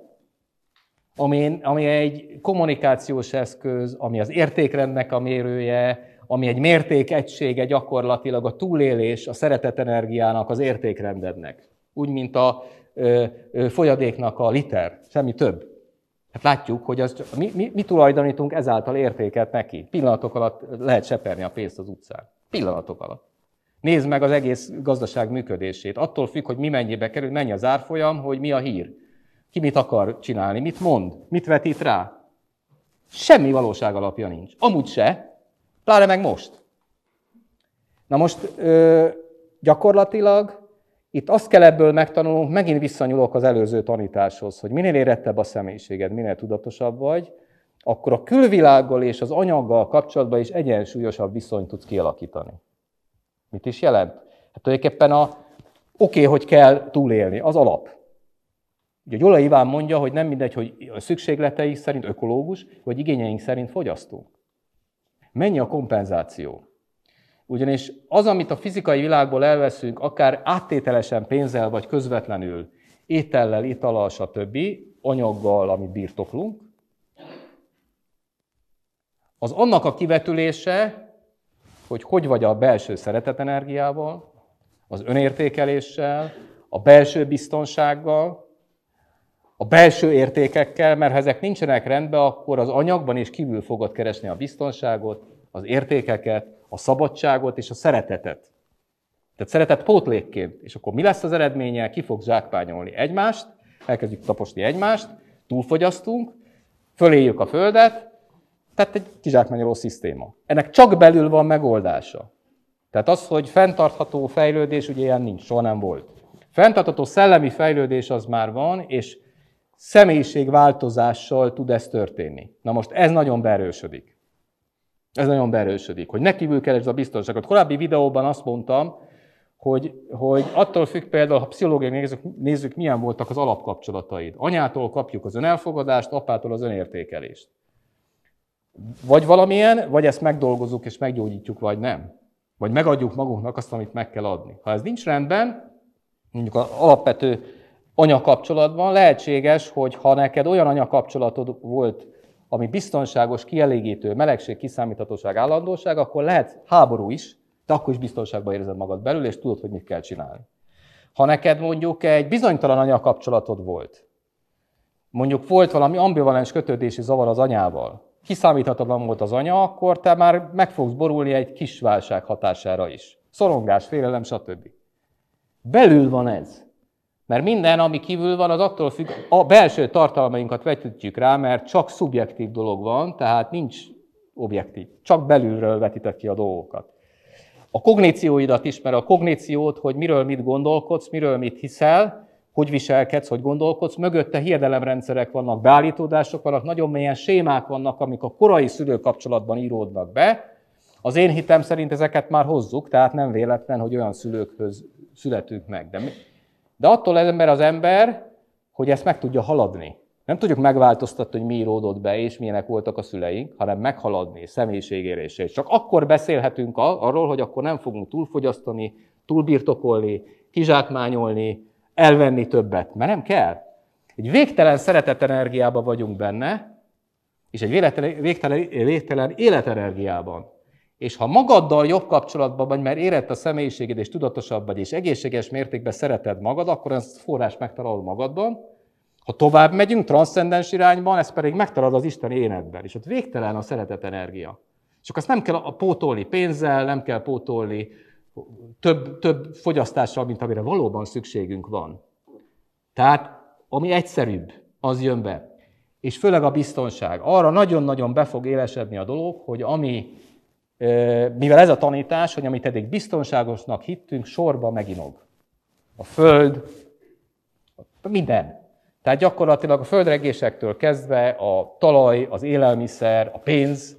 Speaker 2: ami, ami egy kommunikációs eszköz, ami az értékrendnek a mérője, ami egy mértékegysége gyakorlatilag a túlélés, a szeretetenergiának, az értékrendednek. Úgy, mint a ö, ö, folyadéknak a liter, semmi több. Hát látjuk, hogy az, mi, mi, mi tulajdonítunk ezáltal értéket neki. Pillanatok alatt lehet seperni a pénzt az utcán. Pillanatok alatt. Nézd meg az egész gazdaság működését. Attól függ, hogy mi mennyibe kerül, mennyi az árfolyam, hogy mi a hír. Ki mit akar csinálni, mit mond, mit vetít rá. Semmi valóság alapja nincs. Amúgy se, pláne meg most. Na most ö, gyakorlatilag itt azt kell ebből megtanulnunk, megint visszanyúlok az előző tanításhoz, hogy minél érettebb a személyiséged, minél tudatosabb vagy, akkor a külvilággal és az anyaggal kapcsolatban is egyensúlyosabb viszonyt tudsz kialakítani. Mit is jelent? Hát tulajdonképpen a oké, okay, hogy kell túlélni, az alap. Ugye Gyula Iván mondja, hogy nem mindegy, hogy a szükségleteink szerint ökológus, vagy igényeink szerint fogyasztunk. Mennyi a kompenzáció? Ugyanis az, amit a fizikai világból elveszünk, akár áttételesen pénzzel, vagy közvetlenül, étellel, itallal, stb., anyaggal, amit birtoklunk, az annak a kivetülése, hogy hogy vagy a belső szeretetenergiával, az önértékeléssel, a belső biztonsággal, a belső értékekkel, mert ha ezek nincsenek rendben, akkor az anyagban is kívül fogod keresni a biztonságot, az értékeket, a szabadságot és a szeretetet. Tehát szeretet pótlékként. És akkor mi lesz az eredménye? Ki fog zsákmányolni egymást, elkezdjük taposni egymást, túlfogyasztunk, föléljük a földet, tehát egy kizsákmányoló szisztéma. Ennek csak belül van megoldása. Tehát az, hogy fenntartható fejlődés, ugye ilyen nincs, soha nem volt. Fenntartható szellemi fejlődés az már van, és személyiségváltozással tud ez történni. Na most ez nagyon beerősödik. Ez nagyon beerősödik, hogy ne kívül keresd a biztonságot. Korábbi videóban azt mondtam, hogy, hogy attól függ például, ha pszichológiai nézzük, nézzük, milyen voltak az alapkapcsolataid. Anyától kapjuk az önelfogadást, apától az önértékelést. Vagy valamilyen, vagy ezt megdolgozzuk és meggyógyítjuk, vagy nem. Vagy megadjuk magunknak azt, amit meg kell adni. Ha ez nincs rendben, mondjuk az alapvető anyakapcsolatban lehetséges, hogy ha neked olyan anyakapcsolatod volt, ami biztonságos, kielégítő, melegség, kiszámíthatóság, állandóság, akkor lehet háború is, de akkor is biztonságban érzed magad belül, és tudod, hogy mit kell csinálni. Ha neked mondjuk egy bizonytalan anyakapcsolatod volt, mondjuk volt valami ambivalens kötődési zavar az anyával, kiszámíthatatlan volt az anya, akkor te már meg fogsz borulni egy kis válság hatására is. Szorongás, félelem, stb. Belül van ez. Mert minden, ami kívül van, az attól függ, a belső tartalmainkat vetítjük rá, mert csak szubjektív dolog van, tehát nincs objektív. Csak belülről vetíted ki a dolgokat. A kognícióidat is, mert a kogníciót, hogy miről mit gondolkodsz, miről mit hiszel, hogy viselkedsz, hogy gondolkodsz, mögötte hiedelemrendszerek vannak, beállítódások vannak, nagyon mélyen sémák vannak, amik a korai szülőkapcsolatban íródnak be. Az én hitem szerint ezeket már hozzuk, tehát nem véletlen, hogy olyan szülőkhöz születünk meg. De, de attól ember az ember, hogy ezt meg tudja haladni. Nem tudjuk megváltoztatni, hogy mi íródott be, és milyenek voltak a szüleink, hanem meghaladni, személyiségérésre. És csak akkor beszélhetünk arról, hogy akkor nem fogunk túlfogyasztani, túlbirtokolni, kizsákmányolni, elvenni többet, mert nem kell. Egy végtelen szeretetenergiában vagyunk benne, és egy végtelen, végtelen, végtelen életenergiában. És ha magaddal jobb kapcsolatban vagy, mert érett a személyiséged, és tudatosabb vagy, és egészséges mértékben szereted magad, akkor ezt forrás megtalálod magadban. Ha tovább megyünk transzcendens irányban, ez pedig megtalálod az Isten énedben, és ott végtelen a szeretetenergia. És akkor azt nem kell pótolni pénzzel, nem kell pótolni több, több fogyasztással, mint amire valóban szükségünk van. Tehát, ami egyszerűbb, az jön be. És főleg a biztonság. Arra nagyon-nagyon be fog élesedni a dolog, hogy ami, mivel ez a tanítás, hogy amit eddig biztonságosnak hittünk, sorba meginog. A föld, minden. Tehát gyakorlatilag a földrengésektől kezdve a talaj, az élelmiszer, a pénz.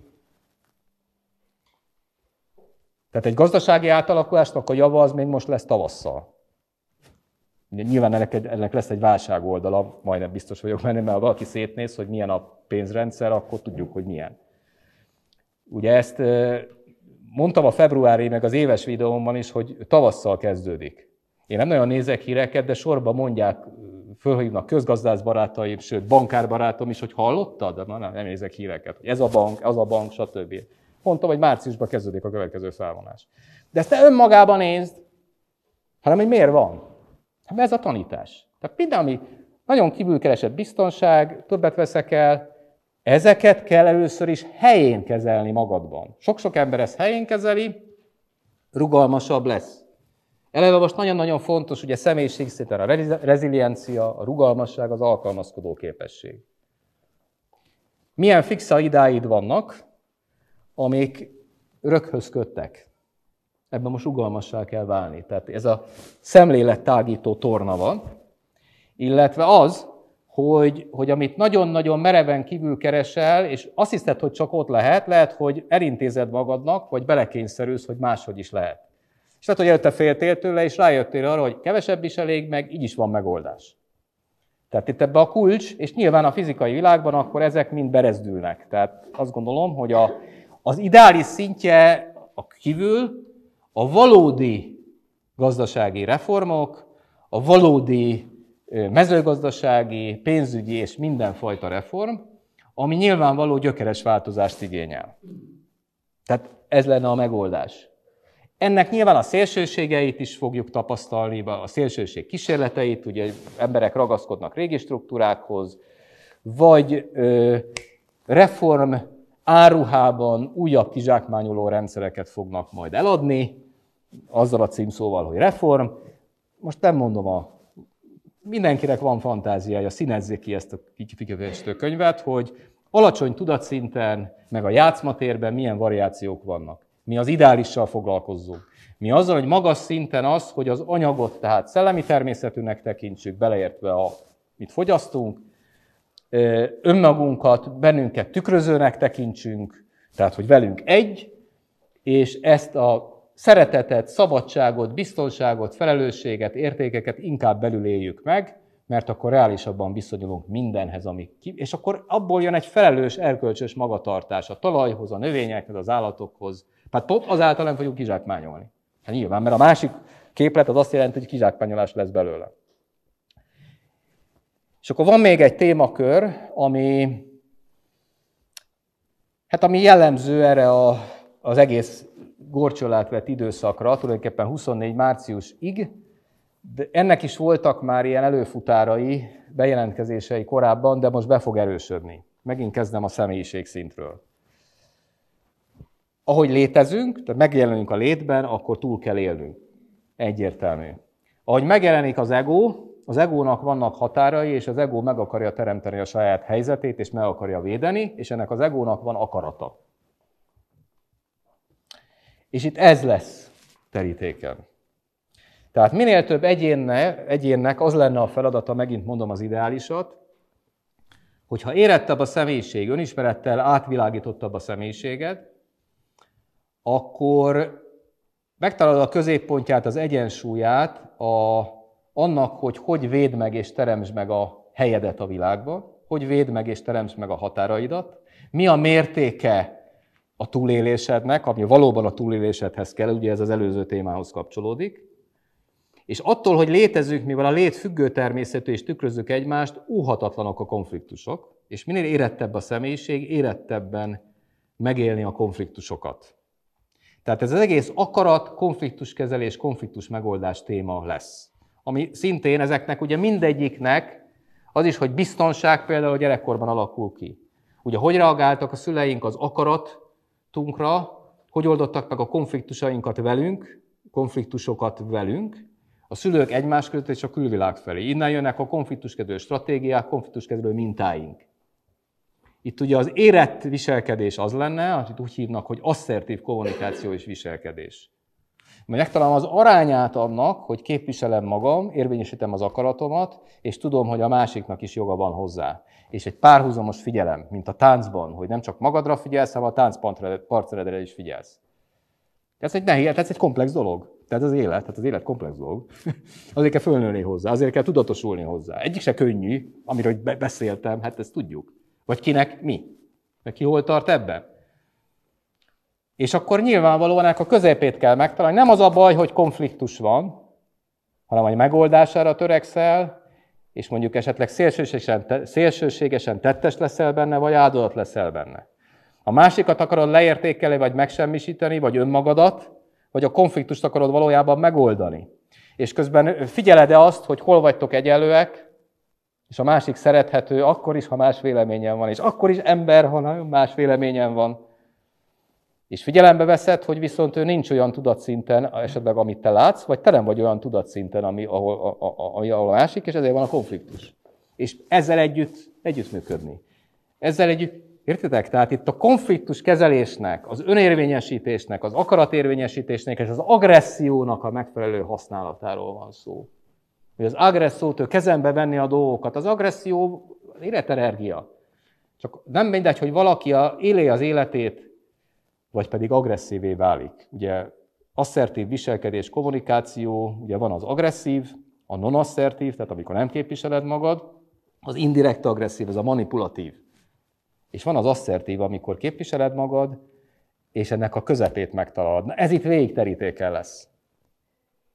Speaker 2: Tehát egy gazdasági átalakulásnak a java az még most lesz tavasszal. Nyilván ennek, ennek lesz egy válságoldala, majdnem biztos vagyok benne, mert ha valaki szétnéz, hogy milyen a pénzrendszer, akkor tudjuk, hogy milyen. Ugye ezt mondtam a februári, meg az éves videómban is, hogy tavasszal kezdődik. Én nem nagyon nézek híreket, de sorba mondják, fölhívnak közgazdász barátaim, sőt bankárbarátom is, hogy hallottad? De már nem nézek híreket, hogy ez a bank, az a bank, stb. Mondtam, hogy márciusban kezdődik a következő felvonás. De ezt ne önmagában nézd, hanem hogy miért van. Hát ez a tanítás. Tehát minden, ami nagyon kívülkeresett biztonság, többet veszek el, ezeket kell először is helyén kezelni magadban. Sok-sok ember ezt helyén kezeli, rugalmasabb lesz. Eleve most nagyon-nagyon fontos, ugye személyiség szinten a reziliencia, a rugalmasság, az alkalmazkodó képesség. Milyen fixaidáid vannak, amik röghöz köttek. Ebben most rugalmassá kell válni. Tehát ez a szemlélettágító torna van, illetve az, hogy, hogy amit nagyon-nagyon mereven kívül keresel, és azt hiszed, hogy csak ott lehet, lehet, hogy elintézed magadnak, vagy belekényszerülsz, hogy máshogy is lehet. És lehet, hogy előtte féltél tőle, és rájöttél arra, hogy kevesebb is elég, meg így is van megoldás. Tehát itt ebbe a kulcs, és nyilván a fizikai világban akkor ezek mind berezdülnek. Tehát azt gondolom, hogy a, az ideális szintje a kívül a valódi gazdasági reformok, a valódi mezőgazdasági, pénzügyi és mindenfajta reform, ami nyilvánvaló gyökeres változást igényel. Tehát ez lenne a megoldás. Ennek nyilván a szélsőségeit is fogjuk tapasztalni, a szélsőség kísérleteit, ugye emberek ragaszkodnak régi struktúrákhoz, vagy ö, reform áruhában újabb kizsákmányoló rendszereket fognak majd eladni, azzal a címszóval, hogy reform. Most nem mondom, a, mindenkinek van fantáziája, színezzék ki ezt a kifejező könyvet, hogy alacsony tudatszinten, meg a játszmatérben milyen variációk vannak. Mi az ideálissal foglalkozzunk. Mi azzal, hogy magas szinten az, hogy az anyagot, tehát szellemi természetűnek tekintsük, beleértve a, mit fogyasztunk, önmagunkat, bennünket tükrözőnek tekintsünk, tehát, hogy velünk egy, és ezt a szeretetet, szabadságot, biztonságot, felelősséget, értékeket inkább belül éljük meg, mert akkor reálisabban viszonyulunk mindenhez, ami ki... És akkor abból jön egy felelős, erkölcsös magatartás a talajhoz, a növényekhez, az állatokhoz. Hát pont azáltal nem fogjuk kizsákmányolni. Hát nyilván, mert a másik képlet az azt jelenti, hogy kizsákmányolás lesz belőle. És akkor van még egy témakör, ami, hát ami jellemző erre a, az egész górcsölát vett időszakra, tulajdonképpen huszonnégy márciusig, de ennek is voltak már ilyen előfutárai, bejelentkezései korábban, de most be fog erősödni. Megint kezdem a személyiségszintről. Ahogy létezünk, tehát megjelenünk a létben, akkor túl kell élnünk. Egyértelmű. Ahogy megjelenik az ego, az egónak vannak határai, és az ego meg akarja teremteni a saját helyzetét, és meg akarja védeni, és ennek az egónak van akarata. És itt ez lesz terítéken. Tehát minél több egyénne, egyénnek az lenne a feladata, megint mondom az ideálisat, hogyha érettebb a személyiség, önismerettel átvilágítottabb a személyiséged, akkor megtalálod a középpontját, az egyensúlyát a, annak, hogy hogy védd meg és teremtsd meg a helyedet a világban, hogy védd meg és teremtsd meg a határaidat, mi a mértéke a túlélésednek, ami valóban a túlélésedhez kell, ugye ez az előző témához kapcsolódik, és attól, hogy létezünk, mivel a lét függő természetű és tükrözzük egymást, óhatatlanok a konfliktusok, és minél érettebb a személyiség, érettebben megélni a konfliktusokat. Tehát ez az egész akarat, konfliktuskezelés, konfliktus megoldás téma lesz. Ami szintén ezeknek ugye mindegyiknek az is, hogy biztonság például a gyerekkorban alakul ki. Ugye hogy reagáltak a szüleink az akaratunkra, hogy oldottak meg a konfliktusainkat velünk, konfliktusokat velünk, a szülők egymás között és a külvilág felé. Innen jönnek a konfliktuskezelő stratégiák, konfliktuskezelő mintáink. Itt ugye az érett viselkedés az lenne, amit úgy hívnak, hogy asszertív kommunikáció és viselkedés. Mert megtalálom az arányát annak, hogy képviselem magam, érvényesítem az akaratomat, és tudom, hogy a másiknak is joga van hozzá. És egy párhuzamos figyelem, mint a táncban, hogy nem csak magadra figyelsz, hanem a táncpartneredre is figyelsz. Ez egy nehéz, ez egy komplex dolog. Tehát az élet, tehát az élet komplex dolog. Azért kell fölnőni hozzá, azért kell tudatosulni hozzá. Egyik se könnyű, amiről beszéltem, hát ezt tudjuk. Vagy kinek mi? Meg ki hol tart ebben? És akkor nyilvánvalóan ennek a közepét kell megtalálni. Nem az a baj, hogy konfliktus van, hanem hogy megoldására törekszel, és mondjuk esetleg szélsőségesen, szélsőségesen tettes leszel benne, vagy áldozat leszel benne. A másikat akarod leértékelni, vagy megsemmisíteni, vagy önmagadat, vagy a konfliktust akarod valójában megoldani. És közben figyeled-e azt, hogy hol vagytok egyenlőek, és a másik szerethető akkor is, ha más véleményen van, és akkor is ember, ha nagyon más véleményen van. És figyelembe veszed, hogy viszont ő nincs olyan tudatszinten, esetleg amit te látsz, vagy te nem vagy olyan tudatszinten, ami, ahol, a, a, a, ahol a másik, és ezért van a konfliktus. És ezzel együtt együttműködni. Ezzel együtt, értitek? Tehát itt a konfliktus kezelésnek, az önérvényesítésnek, az akaratérvényesítésnek és az agressziónak a megfelelő használatáról van szó. Hogy az agresszótól kezembe venni a dolgokat. Az agresszió életenergia. Csak nem mindegy, hogy valaki élé az életét, vagy pedig agresszívé válik. Ugye asszertív viselkedés, kommunikáció, ugye van az agresszív, a non-asszertív, tehát amikor nem képviseled magad, az indirekt agresszív, ez a manipulatív. És van az asszertív, amikor képviseled magad, és ennek a közepét megtalálod. Na, ez itt végig terítéken lesz.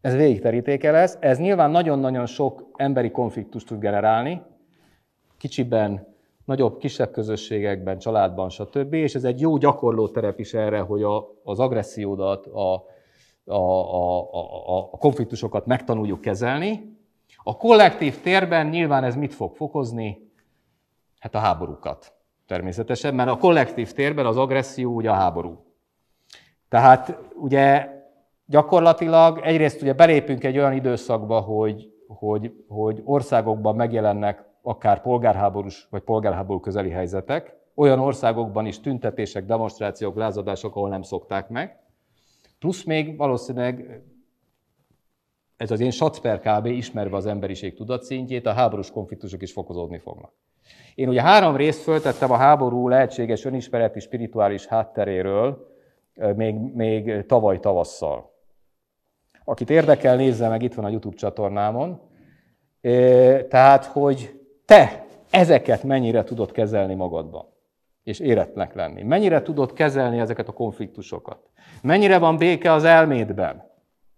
Speaker 2: Ez végigterítéke lesz. Ez nyilván nagyon-nagyon sok emberi konfliktust tud generálni, kicsiben, nagyobb, kisebb közösségekben, családban, stb. És ez egy jó gyakorló terep is erre, hogy a, az agressziódat, a, a, a, a, a konfliktusokat megtanuljuk kezelni. A kollektív térben nyilván ez mit fog fokozni? Hát a háborúkat. Természetesen, mert a kollektív térben az agresszió ugye a háború. Tehát ugye gyakorlatilag egyrészt ugye belépünk egy olyan időszakba, hogy, hogy, hogy országokban megjelennek akár polgárháborús vagy polgárháború közeli helyzetek, olyan országokban is tüntetések, demonstrációk, lázadások, ahol nem szokták meg. Plusz még valószínűleg, ez az én sac per kb. Ismerve az emberiség tudatszintjét, a háborús konfliktusok is fokozódni fognak. Én ugye három részt föltettem a háború lehetséges önismereti, spirituális hátteréről még, még tavaly tavasszal. Akit érdekel, nézze meg, itt van a YouTube csatornámon. Tehát, hogy te ezeket mennyire tudod kezelni magadban, és éretnek lenni. Mennyire tudod kezelni ezeket a konfliktusokat. Mennyire van béke az elmédben.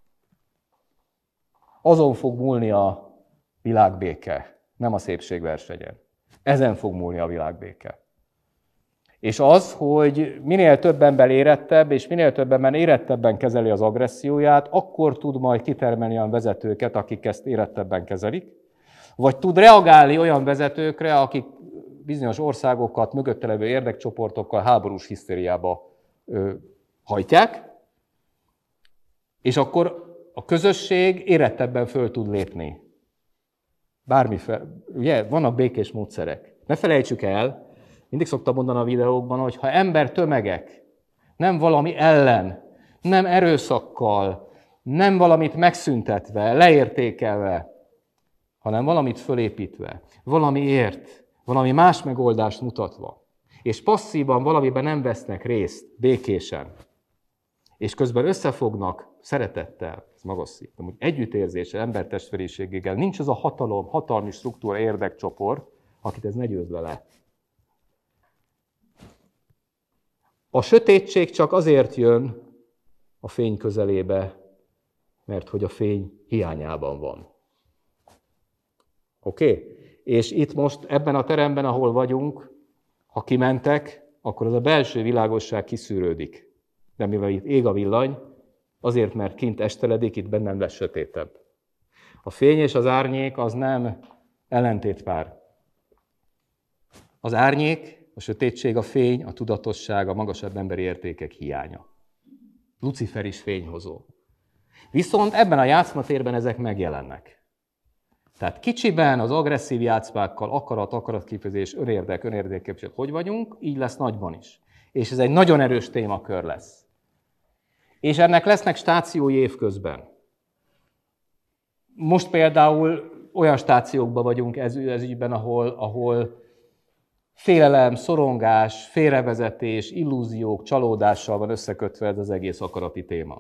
Speaker 2: Azon fog múlni a világbéke, nem a szépségversenyen. Ezen fog múlni a világbéke. És az, hogy minél több ember érettebb, és minél több ember érettebben kezeli az agresszióját, akkor tud majd kitermelni olyan vezetőket, akik ezt érettebben kezelik, vagy tud reagálni olyan vezetőkre, akik bizonyos országokat, mögötte levő érdekcsoportokkal háborús hisztériába ö, hajtják, és akkor a közösség érettebben föl tud lépni. Bármiféle, ugye, vannak békés módszerek. Ne felejtsük el, mindig szoktam mondani a videókban, hogy ha ember tömegek nem valami ellen, nem erőszakkal, nem valamit megszüntetve, leértékelve, hanem valamit fölépítve, valamiért, valami más megoldást mutatva, és passzívan valamiben nem vesznek részt, békésen, és közben összefognak szeretettel, ez magas szint, hogy együttérzéssel, embertestveriségével, nincs az a hatalom, hatalmi struktúra, érdekcsoport, akit ez ne győzve le. A sötétség csak azért jön a fény közelébe, mert hogy a fény hiányában van. Oké? Okay? És itt most ebben a teremben, ahol vagyunk, ha kimentek, akkor az a belső világosság kiszűrődik. De mivel itt ég a villany, azért, mert kint esteledik, itt bennem lesz sötétebb. A fény és az árnyék az nem ellentétpár. Az árnyék, a sötétség, a fény, a tudatosság, a magasabb emberi értékek hiánya. Lucifer is fényhozó. Viszont ebben a játszmatérben ezek megjelennek. Tehát kicsiben az agresszív játszmákkal, akarat, akaratképzés, önérdek, önérdeképzés, hogy vagyunk, így lesz nagyban is. És ez egy nagyon erős témakör lesz. És ennek lesznek stációi évközben. Most például olyan stációkban vagyunk ez, ez ügyben, ahol, ahol félelem, szorongás, félrevezetés, illúziók, csalódással van összekötve ez az egész akarati téma.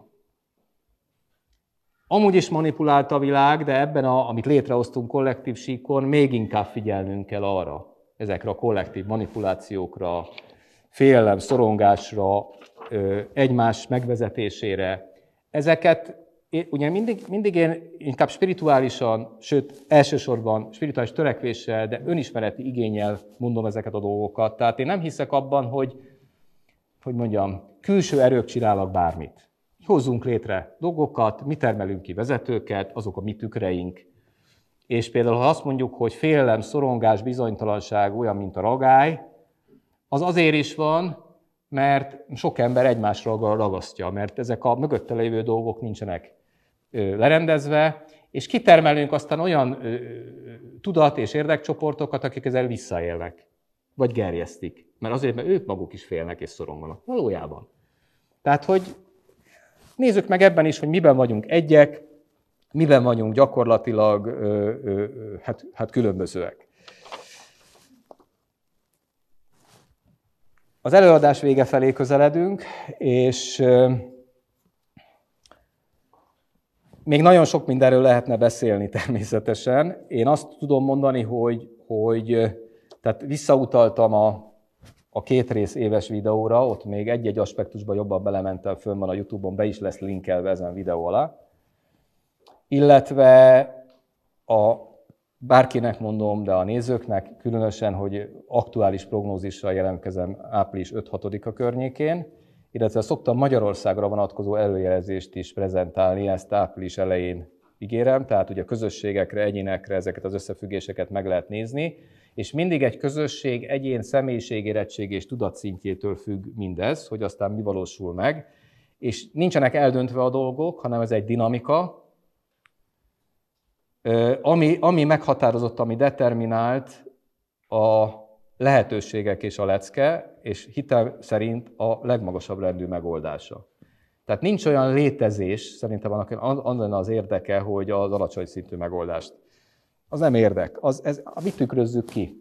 Speaker 2: Amúgy is manipulálta a világ, de ebben, a, amit létrehoztunk kollektív síkon, még inkább figyelnünk kell arra, ezekre a kollektív manipulációkra, félelem, szorongásra, egymás megvezetésére. Ezeket ugye mindig, mindig én inkább spirituálisan, sőt elsősorban spirituális törekvéssel, de önismereti igénnyel mondom ezeket a dolgokat. Tehát én nem hiszek abban, hogy, hogy mondjam, külső erők csinálnak bármit. Hozzunk létre dolgokat, mi termelünk ki vezetőket, azok a mi tükreink. És például, ha azt mondjuk, hogy félelem, szorongás, bizonytalanság olyan, mint a ragály, az azért is van, mert sok ember egymásra ragasztja, mert ezek a mögötte lévő dolgok nincsenek lerendezve, és kitermelünk aztán olyan tudat- és érdekcsoportokat, akik ezzel visszaélnek, vagy gerjesztik. Mert azért, mert ők maguk is félnek és szoronganak. Valójában. Tehát, hogy nézzük meg ebben is, hogy miben vagyunk egyek, miben vagyunk gyakorlatilag ö, ö, hát, hát különbözőek. Az előadás vége felé közeledünk, és ö, még nagyon sok mindenről lehetne beszélni természetesen. Én azt tudom mondani, hogy, hogy tehát visszautaltam a, a két rész éves videóra, ott még egy-egy aspektusban jobban belementem, fönn van a YouTube-on, be is lesz linkelve ezen videó alá. illetve a, bárkinek mondom, de a nézőknek különösen, hogy aktuális prognózissal jelentkezem április ötödike környékén, illetve szoktam Magyarországra vonatkozó előjelzést is prezentálni, ezt április elején ígérem, tehát ugye a közösségekre, egyénekre ezeket az összefüggéseket meg lehet nézni, és mindig egy közösség egyén személyiségérettség és tudatszintjétől függ mindez, hogy aztán mi valósul meg, és nincsenek eldöntve a dolgok, hanem ez egy dinamika, ami, ami meghatározott, ami determinált a lehetőségek és a lecke, és hitem szerint a legmagasabb rendű megoldása. Tehát nincs olyan létezés, szerintem annak az lenne az érdeke, hogy az alacsony szintű megoldást. Az nem érdek, az, ez, mit tükrözzük ki?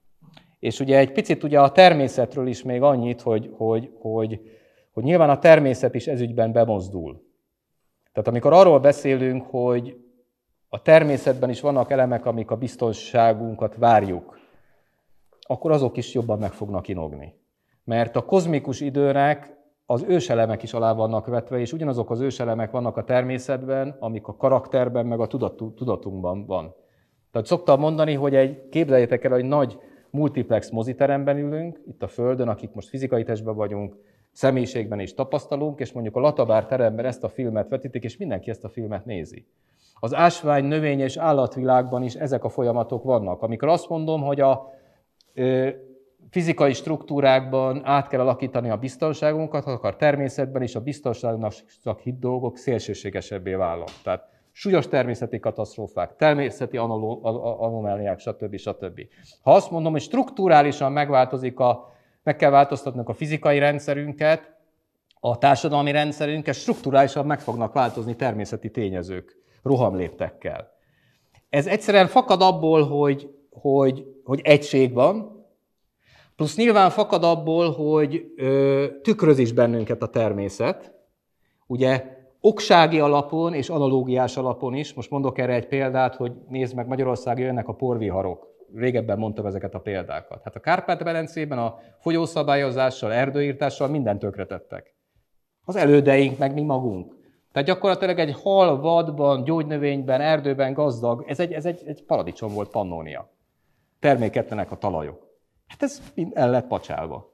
Speaker 2: És ugye egy picit ugye a természetről is még annyit, hogy, hogy, hogy, hogy nyilván a természet is ezügyben bemozdul. Tehát amikor arról beszélünk, hogy a természetben is vannak elemek, amik a biztonságunkat várjuk, akkor azok is jobban meg fognak inogni. Mert a kozmikus időnek az őselemek is alá vannak vetve, és ugyanazok az őselemek vannak a természetben, amik a karakterben, meg a tudatunkban van. Tehát szoktam mondani, hogy egy, képzeljétek el, hogy nagy multiplex moziteremben ülünk, itt a Földön, akik most fizikai testben vagyunk, személyiségben is tapasztalunk, és mondjuk a Latabár teremben ezt a filmet vetítik, és mindenki ezt a filmet nézi. Az ásvány, növény és állatvilágban is ezek a folyamatok vannak. Amikor azt mondom, hogy a ö, fizikai struktúrákban át kell alakítani a biztonságunkat, akar természetben is a biztonságnak hitt dolgok szélsőségesebbé válnak. Tehát súlyos természeti katasztrófák, természeti anomáliák, stb. stb. Ha azt mondom, hogy strukturálisan megváltozik a, meg kell változtatnunk a fizikai rendszerünket, a társadalmi rendszerünket, strukturálisan meg fognak változni természeti tényezők, rohamléptekkel. Ez egyszerűen fakad abból, hogy, hogy, hogy egység van, plusz nyilván fakad abból, hogy ö, tükröz is bennünket a természet, ugye oksági alapon és analógiás alapon is. Most mondok erre egy példát, hogy nézd meg, Magyarországon jönnek a porviharok. Régebben mondtam ezeket a példákat. Hát a Kárpát-medencében a folyószabályozással, erdőírtással mindent tönkretettek. Az elődeink, meg mi magunk. Tehát gyakorlatilag egy hal, vadban, gyógynövényben, erdőben gazdag, ez egy, ez egy, egy paradicsom volt, Pannónia. Terméketlenek a talajok. Hát ez mind el lett pacsálva.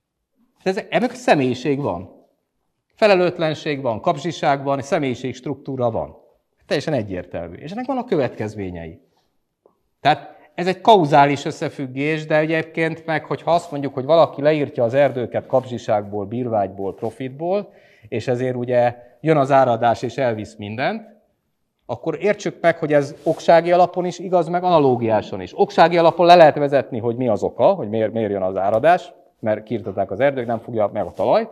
Speaker 2: Ez, ennek személyiség van. Felelőtlenség van, kapzsiság van, személyiségstruktúra van. Teljesen egyértelmű. És ennek vannak következményei. Tehát ez egy kauzális összefüggés, de egyébként meg, hogyha azt mondjuk, hogy valaki leírtja az erdőket kapzsiságból, bírvágyból, profitból, és ezért ugye jön az áradás és elvisz mindent, akkor értsük meg, hogy ez oksági alapon is igaz, meg analógiáson is. Oksági alapon le lehet vezetni, hogy mi az oka, hogy miért, miért jön az áradás, mert kiirtották az erdők, nem fogja meg a talajt.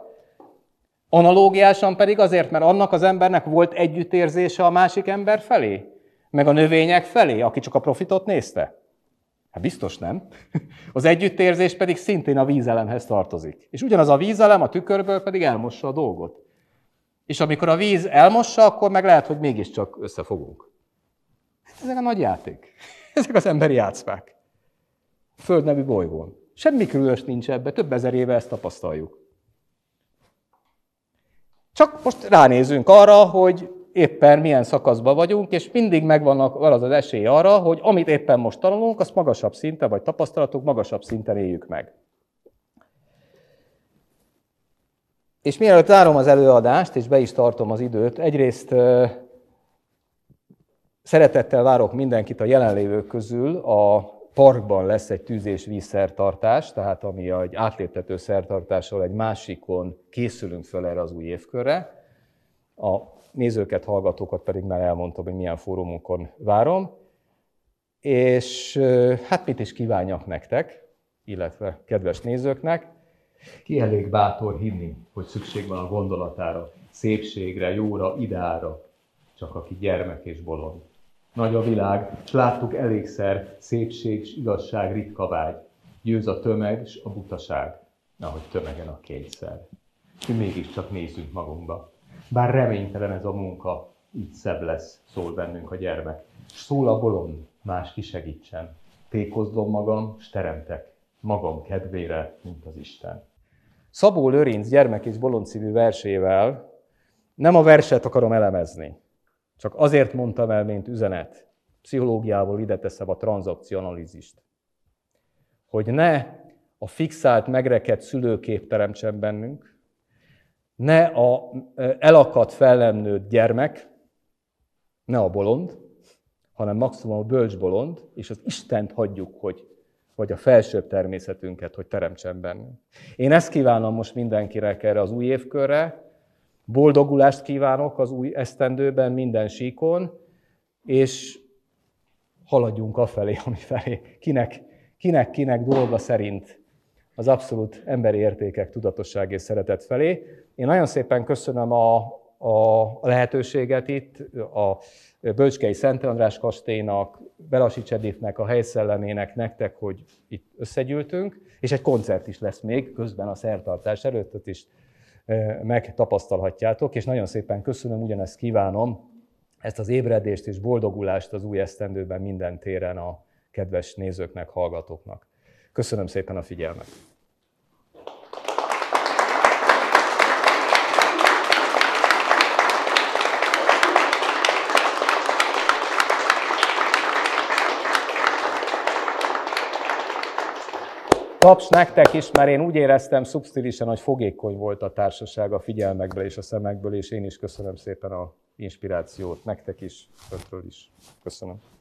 Speaker 2: Analógiásan pedig azért, mert annak az embernek volt együttérzése a másik ember felé, meg a növények felé, aki csak a profitot nézte. Hát biztos nem. Az együttérzés pedig szintén a vízelemhez tartozik. És ugyanaz a vízelem a tükörből pedig elmossa a dolgot. És amikor a víz elmossa, akkor meg lehet, hogy mégiscsak összefogunk. Ezek a nagy játék. Ezek az emberi játszmák. Föld nevű bolygón. Semmi különös nincs ebbe, több ezer éve ezt tapasztaljuk. Csak most ránézünk arra, hogy éppen milyen szakaszban vagyunk, és mindig megvannak van az az esély arra, hogy amit éppen most tanulunk, azt magasabb szinten, vagy tapasztalatok magasabb szinten éljük meg. És mielőtt zárom az előadást, és be is tartom az időt, egyrészt szeretettel várok mindenkit a jelenlévők közül. A parkban lesz egy tűz- és vízszertartás, tehát ami egy átléptető szertartással egy másikon készülünk föl erre az új évkörre. A nézőket, hallgatókat pedig már elmondtam, hogy milyen fórumokon várom. És hát mit is kívánjak nektek, illetve kedves nézőknek. Ki elég bátor hinni, hogy szükség van a gondolatára, szépségre, jóra, ideára, csak aki gyermek és bolond. Nagy a világ, s láttuk elégszer, szépség és igazság ritka vágy. Győz a tömeg és a butaság, ahogy tömegen a kényszer. Mi mégiscsak nézzünk magunkba. Bár reménytelen ez a munka, így szebb lesz, szól bennünk a gyermek. S szól a bolond, más kisegítsen. Tékozdom magam, s teremtek, magam kedvére, mint az Isten. Szabó Lőrinc Gyermek és bolond című versével nem a verset akarom elemezni,
Speaker 1: Csak azért mondtam el, mint üzenet, pszichológiából ide teszem a tranzakcionalizist, hogy ne a fixált, megrekedt szülőkép teremtsen bennünk, ne a elakadt, fellemnőtt gyermek, ne a bolond, hanem maximum a bölcs bolond, és az Istent hagyjuk, hogy, vagy a felsőbb természetünket, hogy teremtsen bennünk. Én ezt kívánom most mindenkinek erre az új évkörre, boldogulást kívánok az új esztendőben minden síkon, és haladjunk afelé, ami felé. Kinek, kinek, kinek dolga szerint az abszolút emberi értékek, tudatosság és szeretet felé. Én nagyon szépen köszönöm a, a lehetőséget itt, a Bölcskei Szent András kastélynak, Belasics Edithnek, a helyszellemének, nektek, hogy itt összegyűltünk, és egy koncert is lesz még közben a szertartás előtt, is megtapasztalhatjátok, és nagyon szépen köszönöm, ugyanezt kívánom, ezt az ébredést és boldogulást az új esztendőben minden téren a kedves nézőknek, hallgatóknak. Köszönöm szépen a figyelmet! Taps nektek is, mert én úgy éreztem szubsztilisen, hogy fogékony volt a társaság a figyelmekből és a szemekből, és én is köszönöm szépen az inspirációt, nektek is, ötről is. Köszönöm.